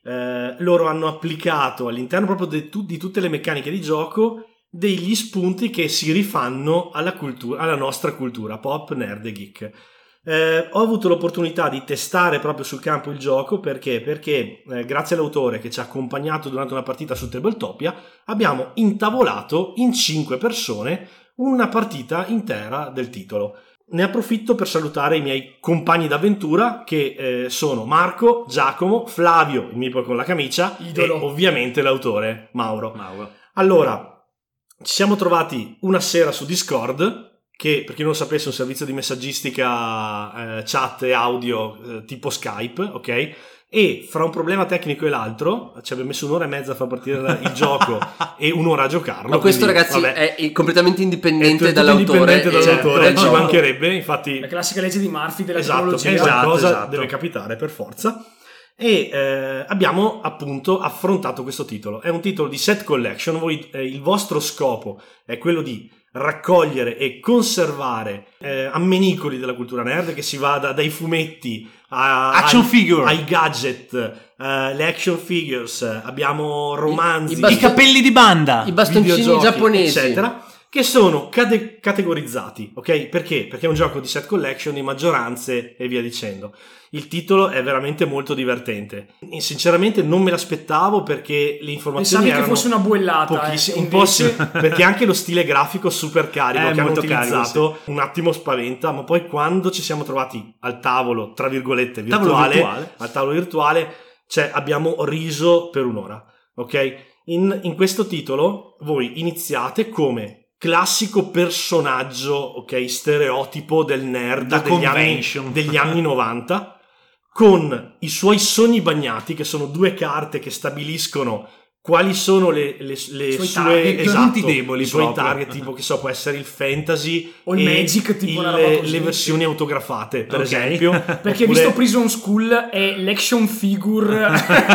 eh, loro hanno applicato all'interno proprio de, tu, di tutte le meccaniche di gioco degli spunti che si rifanno alla cultura, alla nostra cultura pop, nerd e geek. Eh, ho avuto l'opportunità di testare proprio sul campo il gioco perché, perché eh, grazie all'autore che ci ha accompagnato durante una partita su Tabletopia abbiamo intavolato in cinque persone una partita intera del titolo. Ne approfitto per salutare i miei compagni d'avventura che eh, sono Marco, Giacomo, Flavio, il Meeple con la camicia, idolo, e ovviamente l'autore Mauro. Mauro. Allora, ci siamo trovati una sera su Discord, che per chi non lo sapesse è un servizio di messaggistica, eh, chat e audio eh, tipo Skype, ok? E fra un problema tecnico e l'altro ci abbiamo messo un'ora e mezza a far partire il gioco e un'ora a giocarlo. Ma questo, quindi, ragazzi, vabbè, è completamente indipendente è dall'autore. indipendente dall'autore, certo, ci no. mancherebbe, infatti. La classica legge di Murphy della Esatto, tecnologia. esatto, cosa esatto. deve capitare per forza. E eh, abbiamo appunto affrontato questo titolo. È un titolo di set collection. Voi, eh, il vostro scopo è quello di raccogliere e conservare eh, ammenicoli della cultura nerd, che si va da, dai fumetti a, action ai, figure, ai gadget, uh, le action figures, abbiamo romanzi, I, i, baston- capelli di banda, i bastoncini videogiochi, giapponesi, eccetera, che sono cate- categorizzati, ok? Perché? Perché è un gioco di set collection, di maggioranze e via dicendo. Il titolo è veramente molto divertente. E sinceramente non me l'aspettavo perché le informazioni Pensavi erano che fosse una buellata, pochissime, eh, un po' sì, invece- perché anche lo stile grafico super carico È che hanno molto carico, utilizzato un attimo spaventa, ma poi quando ci siamo trovati al tavolo, tra virgolette, Tavolo virtuale, virtuale. al tavolo virtuale, cioè abbiamo riso per un'ora, ok? In, in questo titolo voi iniziate come classico personaggio, ok, stereotipo del nerd Da degli anni, convention. degli anni novanta, con i suoi sogni bagnati, che sono due carte che stabiliscono quali sono le, le, le Suoi sue target, esatto, punti deboli i suoi proprio. target, tipo che so, può essere il fantasy O il e Magic, tipo il- una roba così. le versioni autografate, per Ok. esempio. Perché Oppure- visto Prison School è l'action figure.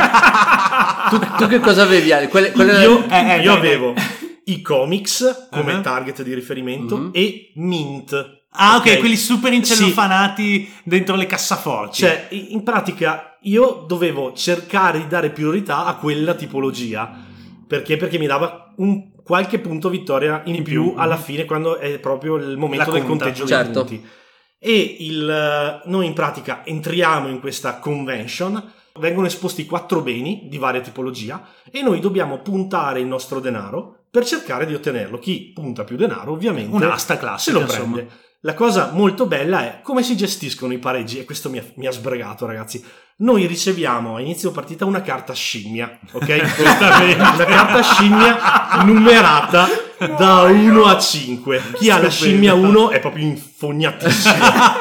tu, tu che cosa avevi, Ale? Quelle, quelle- io, Eh, eh, io dai, avevo i comics come Uh-huh. target di riferimento Mhm. e Mint. Ah, ok, Ok. quelli super incellofanati dentro le cassaforti. Cioè, in pratica, io dovevo cercare di dare priorità a quella tipologia. Perché? Perché mi dava un qualche punto vittoria in, In più, più, alla mhm. fine, quando è proprio il momento La del conta, conteggio certo. dei punti. E il, noi in pratica entriamo in questa convention, vengono esposti quattro beni di varia tipologia e noi dobbiamo puntare il nostro denaro per cercare di ottenerlo. Chi punta più denaro, ovviamente, Un'asta se classica, lo insomma. prende. La cosa molto bella è come si gestiscono i pareggi, e questo mi ha, mi ha sbregato, ragazzi. Noi riceviamo a inizio partita una carta scimmia, ok? Una carta scimmia numerata da uno a cinque. Chi ha la scimmia uno è proprio infognatissimo,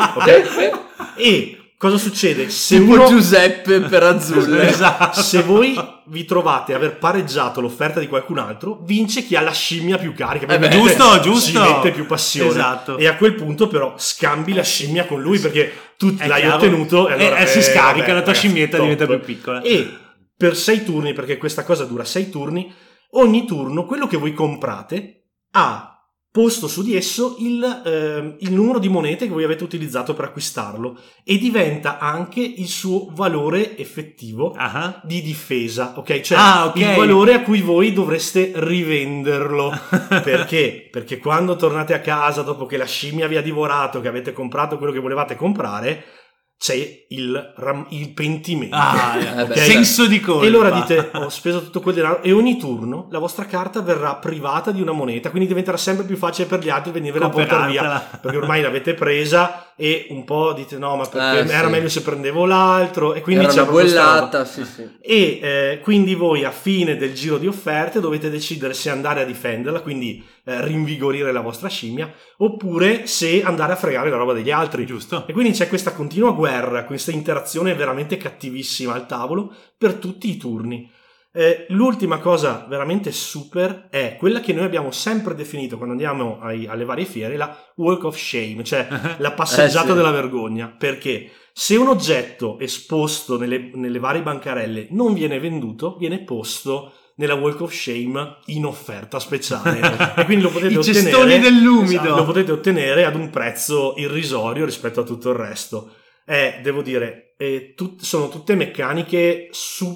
ok? E cosa succede? Se tipo uno Giuseppe per Azzulle. Esatto. se voi vi trovate a aver pareggiato l'offerta di qualcun altro, vince chi ha la scimmia più carica. Eh beh, Ovviamente giusto, giusto. Si mette più passione. Esatto. E a quel punto però scambi la scimmia con lui perché tu È l'hai chiaro. ottenuto e allora Eh, eh, si eh, scarica, vabbè, la tua ragazzi, scimmietta top. diventa più piccola. E per sei turni, perché questa cosa dura sei turni, ogni turno quello che voi comprate ha posto su di esso il, ehm, il numero di monete che voi avete utilizzato per acquistarlo e diventa anche il suo valore effettivo Ah. di difesa, ok? Cioè Ah, ok. il valore a cui voi dovreste rivenderlo. Perché? Perché quando tornate a casa dopo che la scimmia vi ha divorato, che avete comprato quello che volevate comprare, c'è il, ram- il pentimento. Ah, Eh beh, ok? senso di colpa. E allora dite, ho speso tutto quel denaro e ogni turno la vostra carta verrà privata di una moneta, quindi diventerà sempre più facile per gli altri venirvela a portare via, Comprartela. perché ormai l'avete presa e un po' dite no, ma perché Eh, era sì. meglio se prendevo l'altro, e quindi Era c'è una proprio sta roba. buellata, sì, sì. E eh, quindi voi a fine del giro di offerte dovete decidere se andare a difenderla, quindi eh, rinvigorire la vostra scimmia, oppure se andare a fregare la roba degli altri. Giusto. E quindi c'è questa continua guerra, questa interazione veramente cattivissima al tavolo per tutti i turni. Eh, l'ultima cosa veramente super è quella che noi abbiamo sempre definito quando andiamo ai- alle varie fiere, la walk of shame, cioè la passeggiata Eh, sì. della vergogna. Perché se un oggetto esposto nelle, nelle varie bancarelle non viene venduto, viene posto nella walk of shame in offerta speciale e quindi lo potete I ottenere cestoni dell'umido. Esatto, lo potete ottenere ad un prezzo irrisorio rispetto a tutto il resto. È, devo dire, eh, tut- sono tutte meccaniche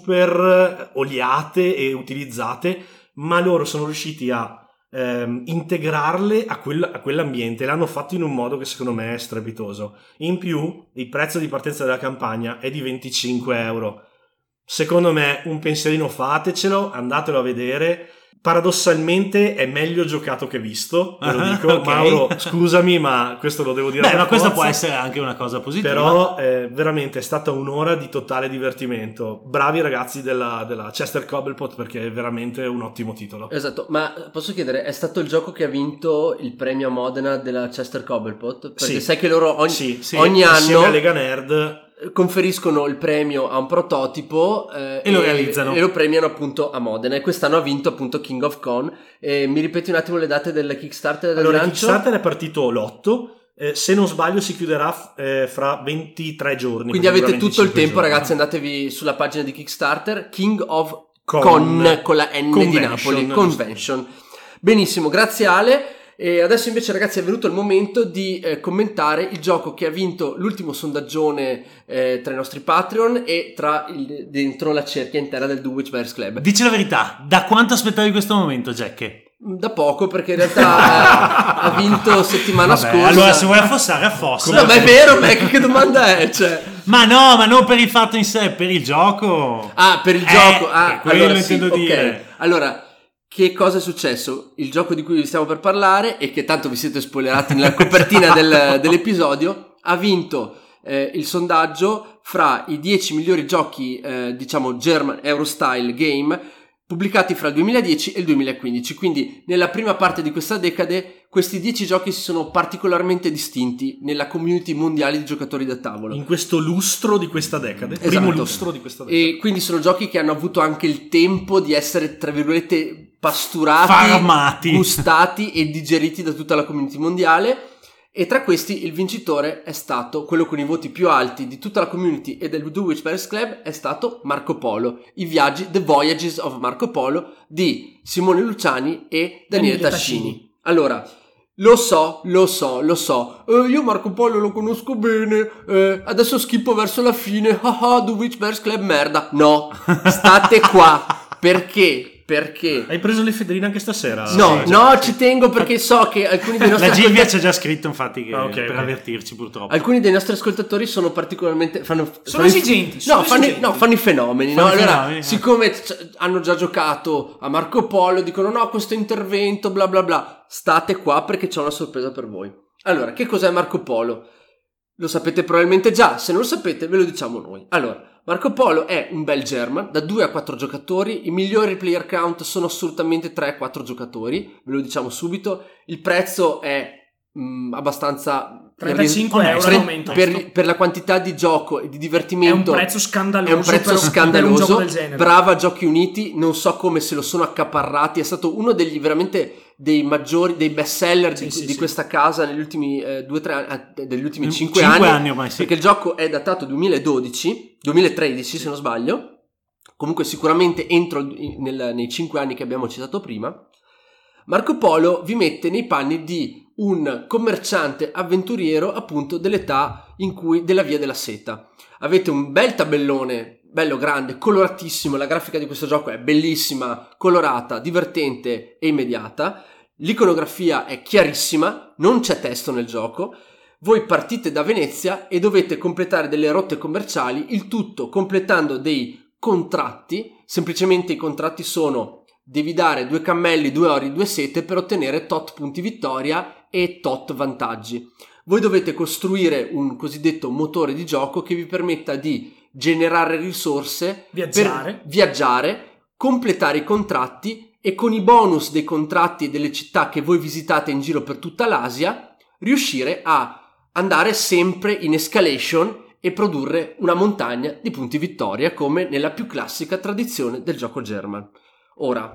super oliate e utilizzate, ma loro sono riusciti a ehm, integrarle a, quel- a quell'ambiente. L'hanno fatto in un modo che secondo me è strepitoso. In più, il prezzo di partenza della campagna è di venticinque euro. Secondo me un pensierino fatecelo, andatelo a vedere. Paradossalmente è meglio giocato che visto, ve lo dico. Okay. Mauro, scusami, ma questo lo devo dire. Beh, per ma questa forza. può essere anche una cosa positiva. Però eh, veramente è stata un'ora di totale divertimento. Bravi ragazzi della, della Chester Cobblepot, perché è veramente un ottimo titolo. Esatto, ma posso chiedere, è stato il gioco che ha vinto il premio a Modena della Chester Cobblepot? Perché Sì. sai che loro ogni, Sì, sì, ogni insieme anno a Lega Nerd conferiscono il premio a un prototipo eh, E lo realizzano. e lo premiano appunto a Modena, e quest'anno ha vinto appunto King of Con. E mi ripeti un attimo le date del Kickstarter e del Allora, il lancio? Kickstarter è partito l'otto, eh, se non sbaglio si chiuderà eh, fra ventitré giorni. Quindi avete tutto il venticinque tempo, giorni. ragazzi, andatevi sulla pagina di Kickstarter, King of Con, Con, con la N di Convention. Napoli, Convention. Benissimo, grazie Ale. E adesso invece, ragazzi, è venuto il momento di eh, commentare il gioco che ha vinto l'ultimo sondaggione eh, tra i nostri Patreon e tra il, dentro la cerchia intera del Dunwich Bears Club. Dici la verità, da quanto aspettavi questo momento, Jack? Da poco, perché in realtà eh, ha vinto settimana Vabbè, scorsa. allora se vuoi affossare, affossa. No, ma è vero, ma che domanda è? Cioè... Ma no, ma non per il fatto in sé, per il gioco. Ah, per il Eh, gioco. Ah, quello allora, intendo sì, ok. dire. Allora, che cosa è successo? Il gioco di cui vi stiamo per parlare, e che tanto vi siete spoilerati nella copertina del, dell'episodio, ha vinto eh, il sondaggio fra i dieci migliori giochi, eh, diciamo, German Eurostyle Game, pubblicati fra il duemiladieci e il duemilaquindici. Quindi nella prima parte di questa decade questi dieci giochi si sono particolarmente distinti nella community mondiale di giocatori da tavolo. In questo lustro di questa decade, Esatto. primo lustro di questa decade. E quindi sono giochi che hanno avuto anche il tempo di essere, tra virgolette, pasturati, Farmati. gustati e digeriti da tutta la community mondiale. E tra questi il vincitore è stato, quello con i voti più alti di tutta la community e del Dunwich Bears Club, è stato Marco Polo, i viaggi, The Voyages of Marco Polo di Simone Luciani e Daniele, Daniele Tascini. Tascini. Allora, lo so, lo so, lo so, eh, io Marco Polo lo conosco bene, eh, adesso schippo verso la fine, ah ah, Dunwich Bears Club merda. No, state qua, perché? Perché? Hai preso le federine anche stasera? No, Sì. no, ci tengo perché so che alcuni dei nostri La Gilvia ascoltatori, c'è già scritto, infatti, che Ah, ok, per ok. avvertirci purtroppo. alcuni dei nostri ascoltatori sono particolarmente fanno, Sono fanno i- esigenti, sono no, fanno, i- esigenti. no, fanno i fenomeni, Fanno no? i Allora, fenomeni, eh. siccome c- hanno già giocato a Marco Polo, dicono no, questo intervento, bla bla bla. State qua perché c'ho una sorpresa per voi. Allora, che cos'è Marco Polo? Lo sapete probabilmente già, se non lo sapete ve lo diciamo noi. Allora, Marco Polo è un bel German da due a quattro giocatori, i migliori player count sono assolutamente tre a quattro giocatori, ve lo diciamo subito, il prezzo è mh, abbastanza trentacinque euro per, al momento. per, per la quantità di gioco e di È divertimento. un prezzo scandaloso. È un prezzo per un- scandaloso. per un gioco del genere. Brava Giochi Uniti, non so come se lo sono accaparrati, è stato uno degli veramente dei maggiori, dei best seller Sì, di, sì, di sì. questa casa negli ultimi eh, due tre anni, eh, degli ultimi Mm, cinque cinque anni, anni ormai, sì. perché il gioco è datato duemiladodici duemilatredici se non sbaglio, comunque sicuramente entro il- nel- nei cinque anni che abbiamo citato prima. Marco Polo vi mette nei panni di un commerciante avventuriero appunto dell'età in cui della via della seta. Avete un bel tabellone, bello grande, coloratissimo, la grafica di questo gioco è bellissima, colorata, divertente e immediata. L'iconografia è chiarissima, non c'è testo nel gioco. Voi partite da Venezia e dovete completare delle rotte commerciali, il tutto completando dei contratti. Semplicemente i contratti sono: devi dare due cammelli, due ori, due sete per ottenere tot punti vittoria e tot vantaggi. Voi dovete costruire un cosiddetto motore di gioco che vi permetta di generare risorse, Viaggiare. per viaggiare, completare i contratti e con i bonus dei contratti e delle città che voi visitate in giro per tutta l'Asia riuscire a andare sempre in escalation e produrre una montagna di punti vittoria come nella più classica tradizione del gioco German. Ora,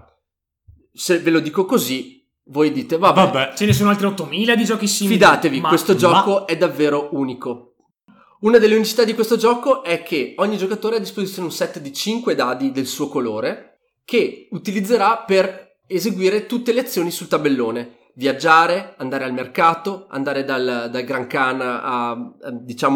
se ve lo dico così, voi dite vabbè, Vabbè. Ce ne sono altri ottomila di giochi simili. fidatevi, ma questo gioco è davvero unico. Una delle unicità di questo gioco è che ogni giocatore ha a disposizione un set di cinque dadi del suo colore che utilizzerà per eseguire tutte le azioni sul tabellone. Viaggiare, andare al mercato, andare dal, dal Gran Khan a, a, diciamo,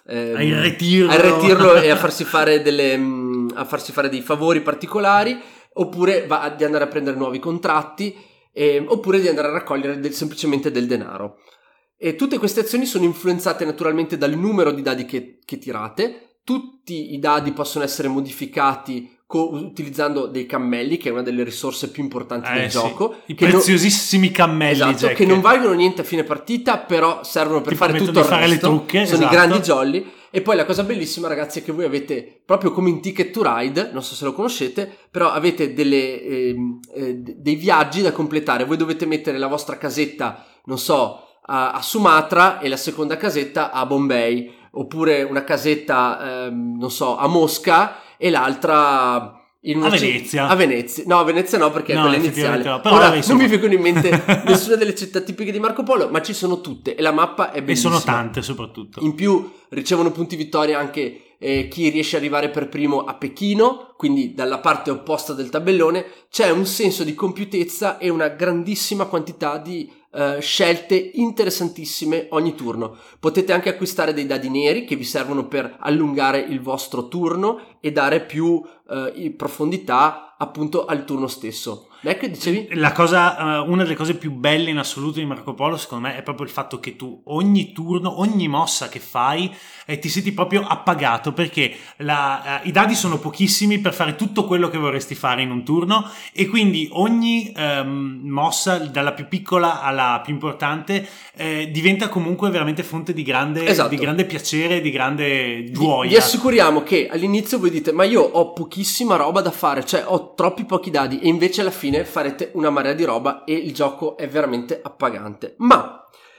ehm, a irretirlo, a irretirlo e a farsi fare delle mh, a farsi fare dei favori particolari, oppure va a, di andare a prendere nuovi contratti, eh, oppure di andare a raccogliere del, semplicemente del denaro. E tutte queste azioni sono influenzate naturalmente dal numero di dadi che, che tirate. Tutti i dadi possono essere modificati co- utilizzando dei cammelli, che è una delle risorse più importanti eh, del sì. gioco. I che preziosissimi non, cammelli, esatto, Jack. che non valgono niente a fine partita, però servono per Ti fare permettono tutto il di fare resto. le trucche, sono esatto. i grandi jolly. E poi la cosa bellissima, ragazzi, è che voi avete, proprio come in Ticket to Ride, non so se lo conoscete, però avete delle, eh, eh, dei viaggi da completare. Voi dovete mettere la vostra casetta, non so, a, a Sumatra e la seconda casetta a Bombay, oppure una casetta, ehm, non so, a Mosca e l'altra in una a c- Venezia. a Venezia. No, a Venezia no, perché No, è quella effettivamente iniziale. no, però Ora, insomma. non mi vengono in mente nessuna delle città tipiche di Marco Polo, ma ci sono tutte e la mappa è E bellissima. sono tante soprattutto. In più ricevono punti vittoria anche eh, chi riesce ad arrivare per primo a Pechino, quindi dalla parte opposta del tabellone. C'è un senso di compiutezza e una grandissima quantità di eh, scelte interessantissime ogni turno. Potete anche acquistare dei dadi neri che vi servono per allungare il vostro turno e dare più eh, profondità appunto al turno stesso. Mac, dicevi? La cosa, uh, una delle cose più belle in assoluto di Marco Polo, secondo me, è proprio il fatto che tu ogni turno, ogni mossa che fai, eh, ti senti proprio appagato, perché la, uh, i dadi sono pochissimi per fare tutto quello che vorresti fare in un turno, e quindi ogni um, mossa, dalla più piccola alla più importante, eh, diventa comunque veramente fonte di grande, esatto. di grande piacere, di grande gioia. Vi, vi assicuriamo che all'inizio voi dite: ma io ho pochissima roba da fare, cioè ho troppi pochi dadi, e invece alla fine farete una marea di roba e il gioco è veramente appagante. Ma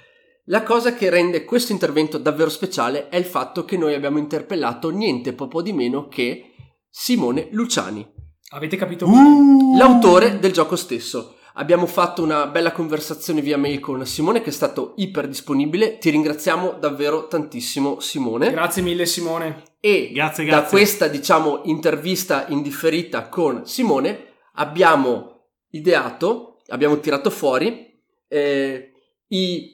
la cosa che rende questo intervento davvero speciale è il fatto che noi abbiamo interpellato niente poco di meno che Simone Luciani, Avete capito? Uh! l'autore del gioco stesso. Abbiamo fatto una bella conversazione via mail con Simone, che è stato iper disponibile. Ti ringraziamo davvero tantissimo, Simone. Grazie mille, Simone. E Grazie, da grazie. questa, diciamo, intervista indifferita con Simone abbiamo ideato, abbiamo tirato fuori eh, i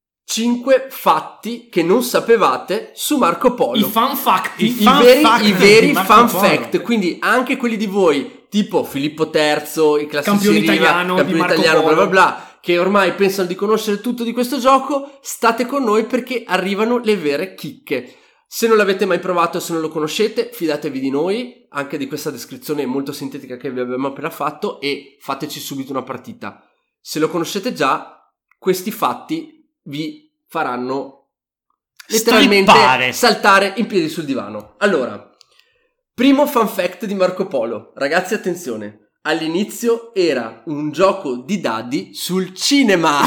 cinque fatti che non sapevate su Marco Polo. I fan fact. I I fan veri, fact i veri di Marco fan Polo. fact, quindi anche quelli di voi, tipo Filippo terzo, i classici Campione Riva, italiano campione di Marco italiano, bla Polo. bla bla, che ormai pensano di conoscere tutto di questo gioco. State con noi perché arrivano le vere chicche. Se non l'avete mai provato e se non lo conoscete, fidatevi di noi, anche di questa descrizione molto sintetica che vi abbiamo appena fatto, e fateci subito una partita. Se lo conoscete già, questi fatti vi faranno letteralmente Strippare. saltare in piedi sul divano. Allora, primo fan fact di Marco Polo. Ragazzi, attenzione. All'inizio era un gioco di dadi sul cinema.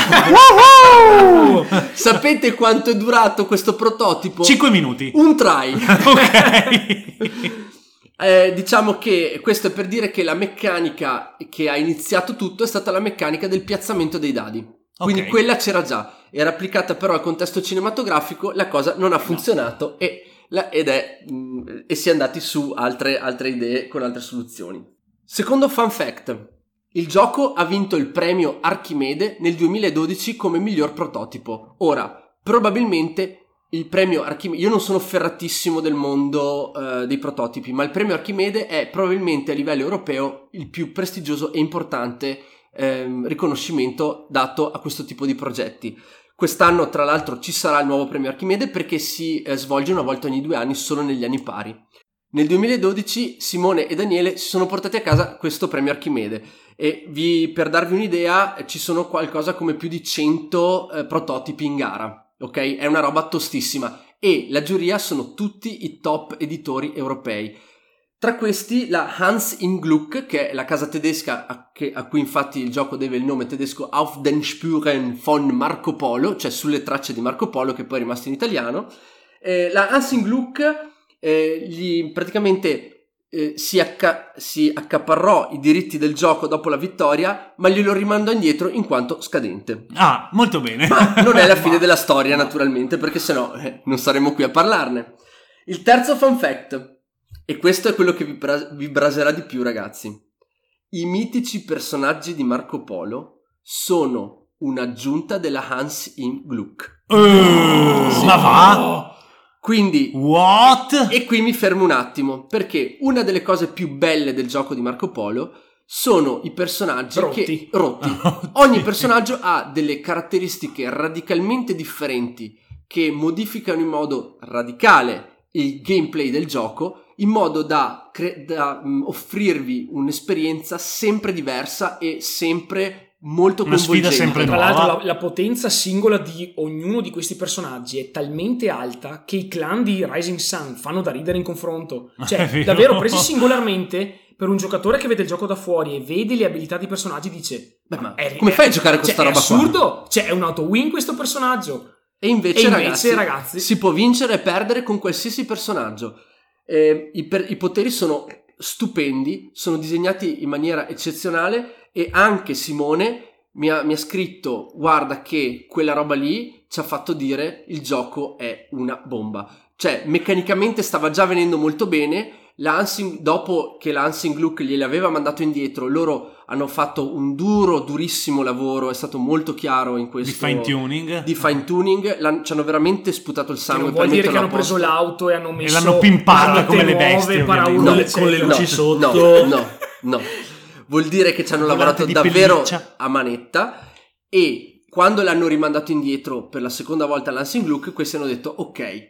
Sapete quanto è durato questo prototipo? cinque minuti. Un try. Ok. Eh, diciamo che questo è per dire che la meccanica che ha iniziato tutto è stata la meccanica del piazzamento dei dadi. Quindi Ok. quella c'era già, era applicata però al contesto cinematografico, la cosa non ha funzionato e, la, ed è, mh, e si è andati su altre, altre idee con altre soluzioni. Secondo fun fact, il gioco ha vinto il premio Archimede nel duemiladodici come miglior prototipo. Ora, probabilmente il premio Archimede, io non sono ferratissimo del mondo uh, dei prototipi, ma il premio Archimede è probabilmente a livello europeo il più prestigioso e importante ehm, riconoscimento dato a questo tipo di progetti. Quest'anno tra l'altro ci sarà il nuovo premio Archimede, perché si eh, svolge una volta ogni due anni solo negli anni pari. Nel duemiladodici Simone e Daniele si sono portati a casa questo premio Archimede e vi, per darvi un'idea, ci sono qualcosa come più di cento eh, prototipi in gara, ok? È una roba tostissima e la giuria sono tutti i top editori europei. Tra questi la Hans im Glück, che è la casa tedesca a, che, a cui infatti il gioco deve il nome tedesco Auf den Spuren von Marco Polo, cioè sulle tracce di Marco Polo, che poi è rimasto in italiano. Eh, la Hans im Glück Eh, gli praticamente eh, si, acca- si accaparrò i diritti del gioco dopo la vittoria, ma glielo rimandò indietro in quanto scadente. Ah, molto bene. Ma non è la fine della storia, naturalmente, perché sennò eh, non saremo qui a parlarne. Il terzo fun fact, e questo è quello che vi, bra- vi braserà di più, ragazzi: i mitici personaggi di Marco Polo sono un'aggiunta della Hans im Glück. Uh, Sì. Ma va? Quindi What? E qui mi fermo un attimo, perché una delle cose più belle del gioco di Marco Polo sono i personaggi rotti. che rotti. Ogni personaggio ha delle caratteristiche radicalmente differenti che modificano in modo radicale il gameplay del gioco, in modo da, cre- da um, offrirvi un'esperienza sempre diversa e sempre molto Una sfida coinvolgente. sempre Tra nuova. l'altro la, la potenza singola di ognuno di questi personaggi è talmente alta che i clan di Rising Sun fanno da ridere in confronto. È Cioè, vero. davvero, presi singolarmente, per un giocatore che vede il gioco da fuori e vede le abilità dei personaggi dice Beh, ma è- come è- fai a giocare cioè, questa è roba qua? assurdo, cioè è un auto-win questo personaggio. E invece, E invece, ragazzi, ragazzi- si può vincere e perdere con qualsiasi personaggio. Eh, i, per- i poteri sono stupendi, sono disegnati in maniera eccezionale e anche Simone mi ha, mi ha scritto: guarda che quella roba lì ci ha fatto dire il gioco è una bomba. Cioè, meccanicamente stava già venendo molto bene. La Hansing, dopo che la Hansing Gluck glieli aveva mandato indietro, loro hanno fatto un duro, durissimo lavoro, è stato molto chiaro in questo... Di fine tuning. Di fine tuning, L'han- ci hanno veramente sputato il Che sangue non per vuol dire che metterlo hanno a posto. preso l'auto e hanno messo l'hanno pimpata parte come le nuove, bestie, paraurti, ovviamente. No, con le eccetera. luci No, sotto. no, no, no. Vuol dire che ci hanno Volate lavorato di davvero pelliccia. a manetta, e quando l'hanno rimandato indietro per la seconda volta all'Hansing Gluck, questi hanno detto ok,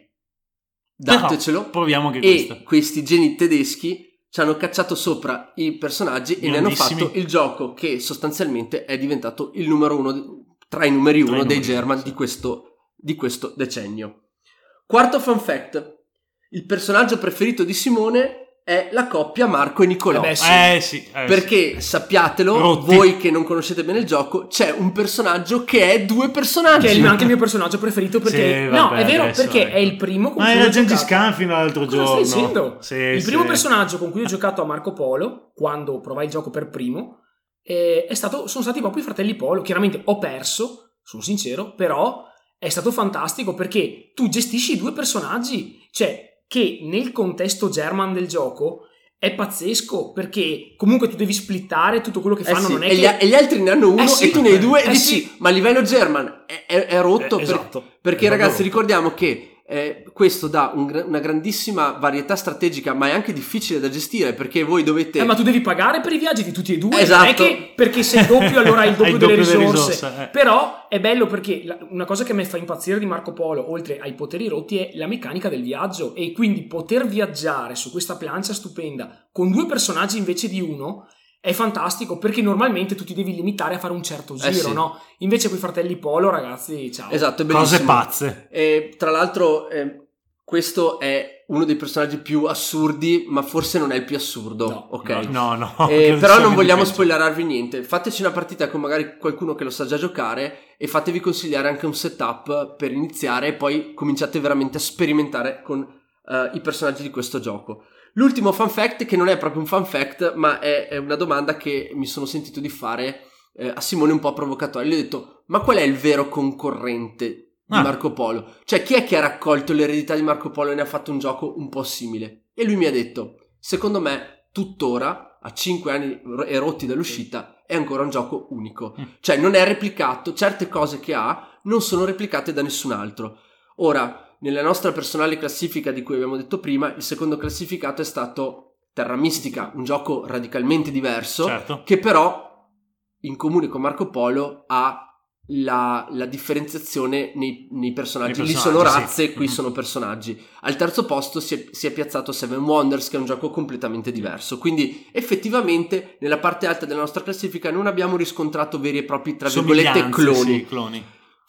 datecelo. Però proviamo anche E questo. questi geni tedeschi ci hanno cacciato sopra i personaggi e ne hanno Grandissimi. fatto il gioco che sostanzialmente è diventato il numero uno tra i numeri Tra i uno dei numeri, German sì. di questo, di questo decennio. Quarto fun fact: il personaggio preferito di Simone è la coppia Marco e Nicolò. Eh beh, sì. Eh sì. eh Perché sì. sappiatelo, Rotti. voi che non conoscete bene il gioco, c'è un personaggio che è due personaggi. Che è il- anche il mio personaggio preferito perché Sì, no, vabbè, è vero, adesso, perché ecco. è il primo con Ma cui era ho Gengis giocato. Khan fino all'altro Cosa giorno. stai dicendo? Sì, il sì. primo personaggio con cui ho giocato a Marco Polo, quando provai il gioco per primo, eh, è stato, sono stati proprio i fratelli Polo. Chiaramente ho perso, sono sincero, però è stato fantastico perché tu gestisci due personaggi, cioè che nel contesto German del gioco è pazzesco, perché comunque tu devi splittare tutto quello che Eh fanno, sì, non è e, che gli, e gli altri ne hanno uno Eh sì, e tu ne hai due e eh dici sì. ma a livello German è, è- è rotto. Eh, per- esatto. perché È ragazzi proprio ricordiamo che eh, questo dà un gra- una grandissima varietà strategica, ma è anche difficile da gestire perché voi dovete Eh, ma tu devi pagare per i viaggi di tutti e due, Esatto. non è che perché sei doppio allora hai il doppio, Hai il delle doppio delle risorse, risorse, eh. però è bello perché la- una cosa che mi fa impazzire di Marco Polo, oltre ai poteri rotti, è la meccanica del viaggio, e quindi poter viaggiare su questa plancia stupenda con due personaggi invece di uno è fantastico, perché normalmente tu ti devi limitare a fare un certo Eh giro, sì. no? Invece con i fratelli Polo, ragazzi, ciao. esatto, è Cose bellissimo. pazze. E tra l'altro eh, questo è uno dei personaggi più assurdi, ma forse non è il più assurdo, No, ok? No, no. Eh, credo però sia non vogliamo peggio. spoilerarvi niente. Fateci una partita con magari qualcuno che lo sa già giocare e fatevi consigliare anche un setup per iniziare, e poi cominciate veramente a sperimentare con eh, i personaggi di questo gioco. L'ultimo fun fact, che non è proprio un fun fact, ma è, è una domanda che mi sono sentito di fare eh, a Simone un po' provocatoria. Gli ho detto: ma qual è il vero concorrente di Ah. Marco Polo? Cioè, chi è che ha raccolto l'eredità di Marco Polo e ne ha fatto un gioco un po' simile? E lui mi ha detto: secondo me, tuttora, a cinque anni e rotti dall'uscita, è ancora un gioco unico. Mm. Cioè, non è replicato, certe cose che ha non sono replicate da nessun altro. Ora, nella nostra personale classifica di cui abbiamo detto prima, il secondo classificato è stato Terra Mistica, un gioco radicalmente diverso, Certo. che però, in comune con Marco Polo, ha la, la differenziazione nei, nei personaggi. Nei Lì personaggi, sono sì. razze, qui Mhm. sono personaggi. Al terzo posto si è, si è piazzato Seven Wonders, che è un gioco completamente diverso. Quindi effettivamente nella parte alta della nostra classifica non abbiamo riscontrato veri e propri, tra virgolette, Somiglianze, cloni. sì, cloni.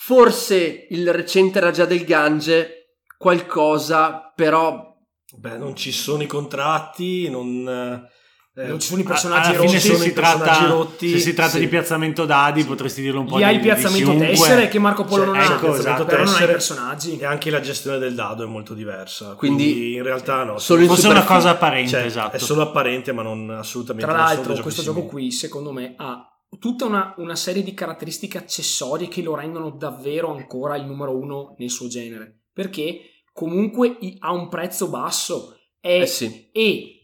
Forse il recente Raja del Gange qualcosa, però Beh, non ci sono i contratti, non... eh, Non ci sono i A- personaggi alla fine rotti, se sono si i personaggi tratta, rotti, se si tratta sì. di piazzamento dadi, potresti dirlo un po' Gli hai di, il di piazzamento chiunque. tessere che Marco Polo Cioè, non ecco, ha, il piazzamento però non hai i tessere personaggi. E anche la gestione del dado è molto diversa. Quindi, Quindi, in realtà no. solo in Forse è una superficie. cosa apparente, Cioè, esatto. è solo apparente, ma non assolutamente. Tra non sono l'altro due questo giochi gioco simili. qui secondo me ha tutta una, una serie di caratteristiche accessorie che lo rendono davvero ancora il numero uno nel suo genere, perché comunque i- ha un prezzo basso e, Eh sì. e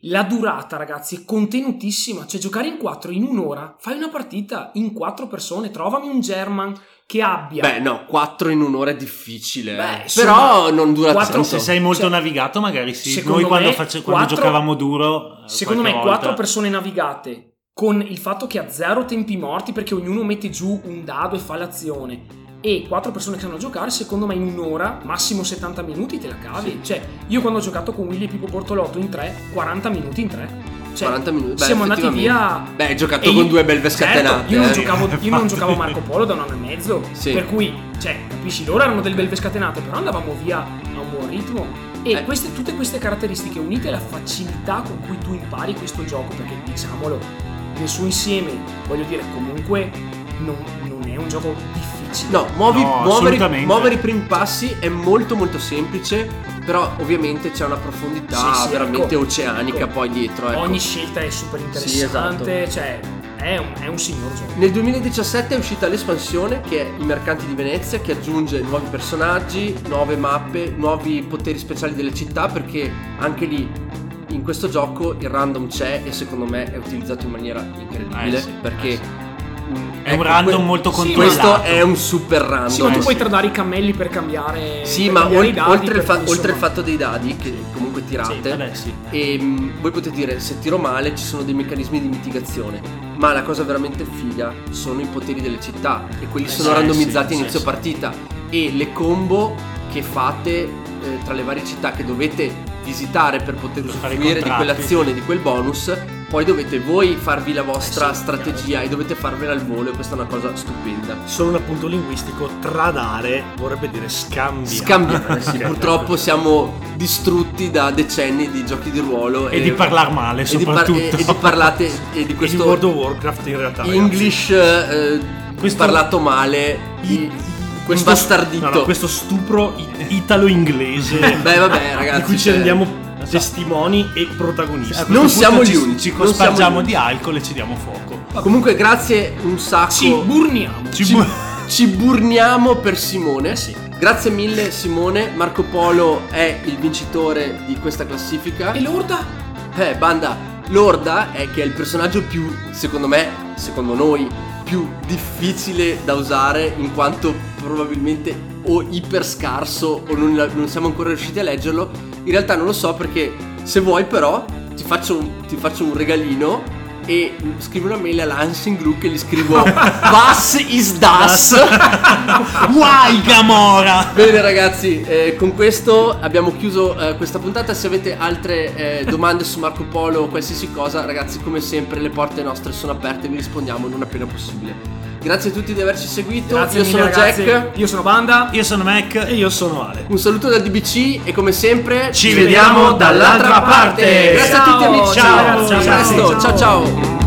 la durata, ragazzi, è contenutissima. Cioè, giocare in quattro in un'ora, fai una partita in quattro persone. Trovami un German che abbia. Beh, no, quattro in un'ora è difficile. Beh, Però insomma, non dura quattro- tanto. Se sei molto Cioè, navigato, magari sì. secondo Noi quando, me, face- quando quattro- giocavamo duro, eh, Secondo me qualche quattro volta- persone navigate, con il fatto che ha zero tempi morti perché ognuno mette giù un dado e fa l'azione, e quattro persone che sanno giocare, secondo me in un'ora, massimo settanta minuti te la cavi. Cioè, io quando ho giocato con Willy e Pippo Bortolotto in tre, quaranta minuti in tre. Cioè, quaranta minuti. Beh, siamo andati effettivamente. via. Beh, hai giocato e con io- due belve scatenate. Certo, io non eh. giocavo, io non Infatti. giocavo Marco Polo da un anno e mezzo. Sì. Per cui, cioè, capisci, loro erano delle belve scatenate, però andavamo via a un buon ritmo. E Eh. queste, tutte queste caratteristiche unite alla facilità con cui tu impari questo gioco, perché diciamolo, nel suo insieme, voglio dire, comunque non, non è un gioco difficile. No, muovi, No, muovere, assolutamente. muovere i primi passi è molto molto semplice, però ovviamente c'è una profondità Sì, sì, veramente ecco, oceanica ecco. poi dietro. Ecco. Ogni scelta è super interessante, cioè è un, è un signor gioco. Nel duemiladiciassette è uscita l'espansione, che è I Mercanti di Venezia, che aggiunge nuovi personaggi, nuove mappe, nuovi poteri speciali delle città, perché anche lì in questo gioco il random c'è e secondo me è utilizzato in maniera incredibile, Eh sì, perché eh sì. mh, È un ecco, random que- molto sì, controllato. questo è un super random. Sì, ma tu eh, puoi sì. tradare i cammelli per cambiare. Sì, per ma cambiare ol- i dadi, oltre, il fa- perché, oltre il insomma, fatto dei dadi, che comunque tirate, Sì, vabbè, sì. e mh, voi potete dire se tiro male ci sono dei meccanismi di mitigazione, ma la cosa veramente figa sono i poteri delle città, e quelli sono sì, randomizzati sì, a sì, inizio sì. partita, e le combo che fate eh, tra le varie città che dovete visitare per poter Per fare i usufruire di contratti. quell'azione, di quel bonus, poi dovete voi farvi la vostra Eh sì, strategia e dovete farvela al volo, e questa è una cosa stupenda. Solo un appunto linguistico, tradare vorrebbe dire scambiare. Scambiare, sì, Ok. purtroppo siamo distrutti da decenni di giochi di ruolo E di parlar male, e di par- soprattutto. e, e di parlate e di E di questo World of Warcraft in realtà, ragazzi. English eh, Questo- parlato male, i- Questo imbastardito. no, no, questo stupro i- italo-inglese Beh, vabbè, ragazzi, di cui ci cioè, rendiamo testimoni e protagonisti. A questo Non punto siamo ci, gli unici, Ci non siamo cospargiamo gli di alcol e ci diamo fuoco. Comunque grazie un sacco. Ci burniamo. Ci ci, bu- ci burniamo per Simone. Eh sì. Grazie mille Simone. Marco Polo è il vincitore di questa classifica. E l'orda? Eh, banda, Lorda è che è il personaggio più, secondo me, secondo noi, più difficile da usare, in quanto probabilmente o iper scarso o non, non siamo ancora riusciti a leggerlo. In realtà non lo so, perché se vuoi però ti faccio un, ti faccio un regalino e scrivo una mail all'Hansing Glue che gli scrivo Was is das? Guai Gamora! Bene ragazzi, eh, con questo abbiamo chiuso eh, questa puntata. Se avete altre eh, domande su Marco Polo o qualsiasi cosa, ragazzi, come sempre le porte nostre sono aperte, vi rispondiamo non appena possibile. Grazie a tutti di averci seguito. Grazie Io mille, sono ragazzi. Jack. Io sono Banda. Io sono Mac. E io sono Ale. Un saluto dal D B C e come sempre Ci vediamo dall'altra parte. Grazie a tutti Ciao, amici. ciao, A ciao, presto. ciao. Ciao ciao.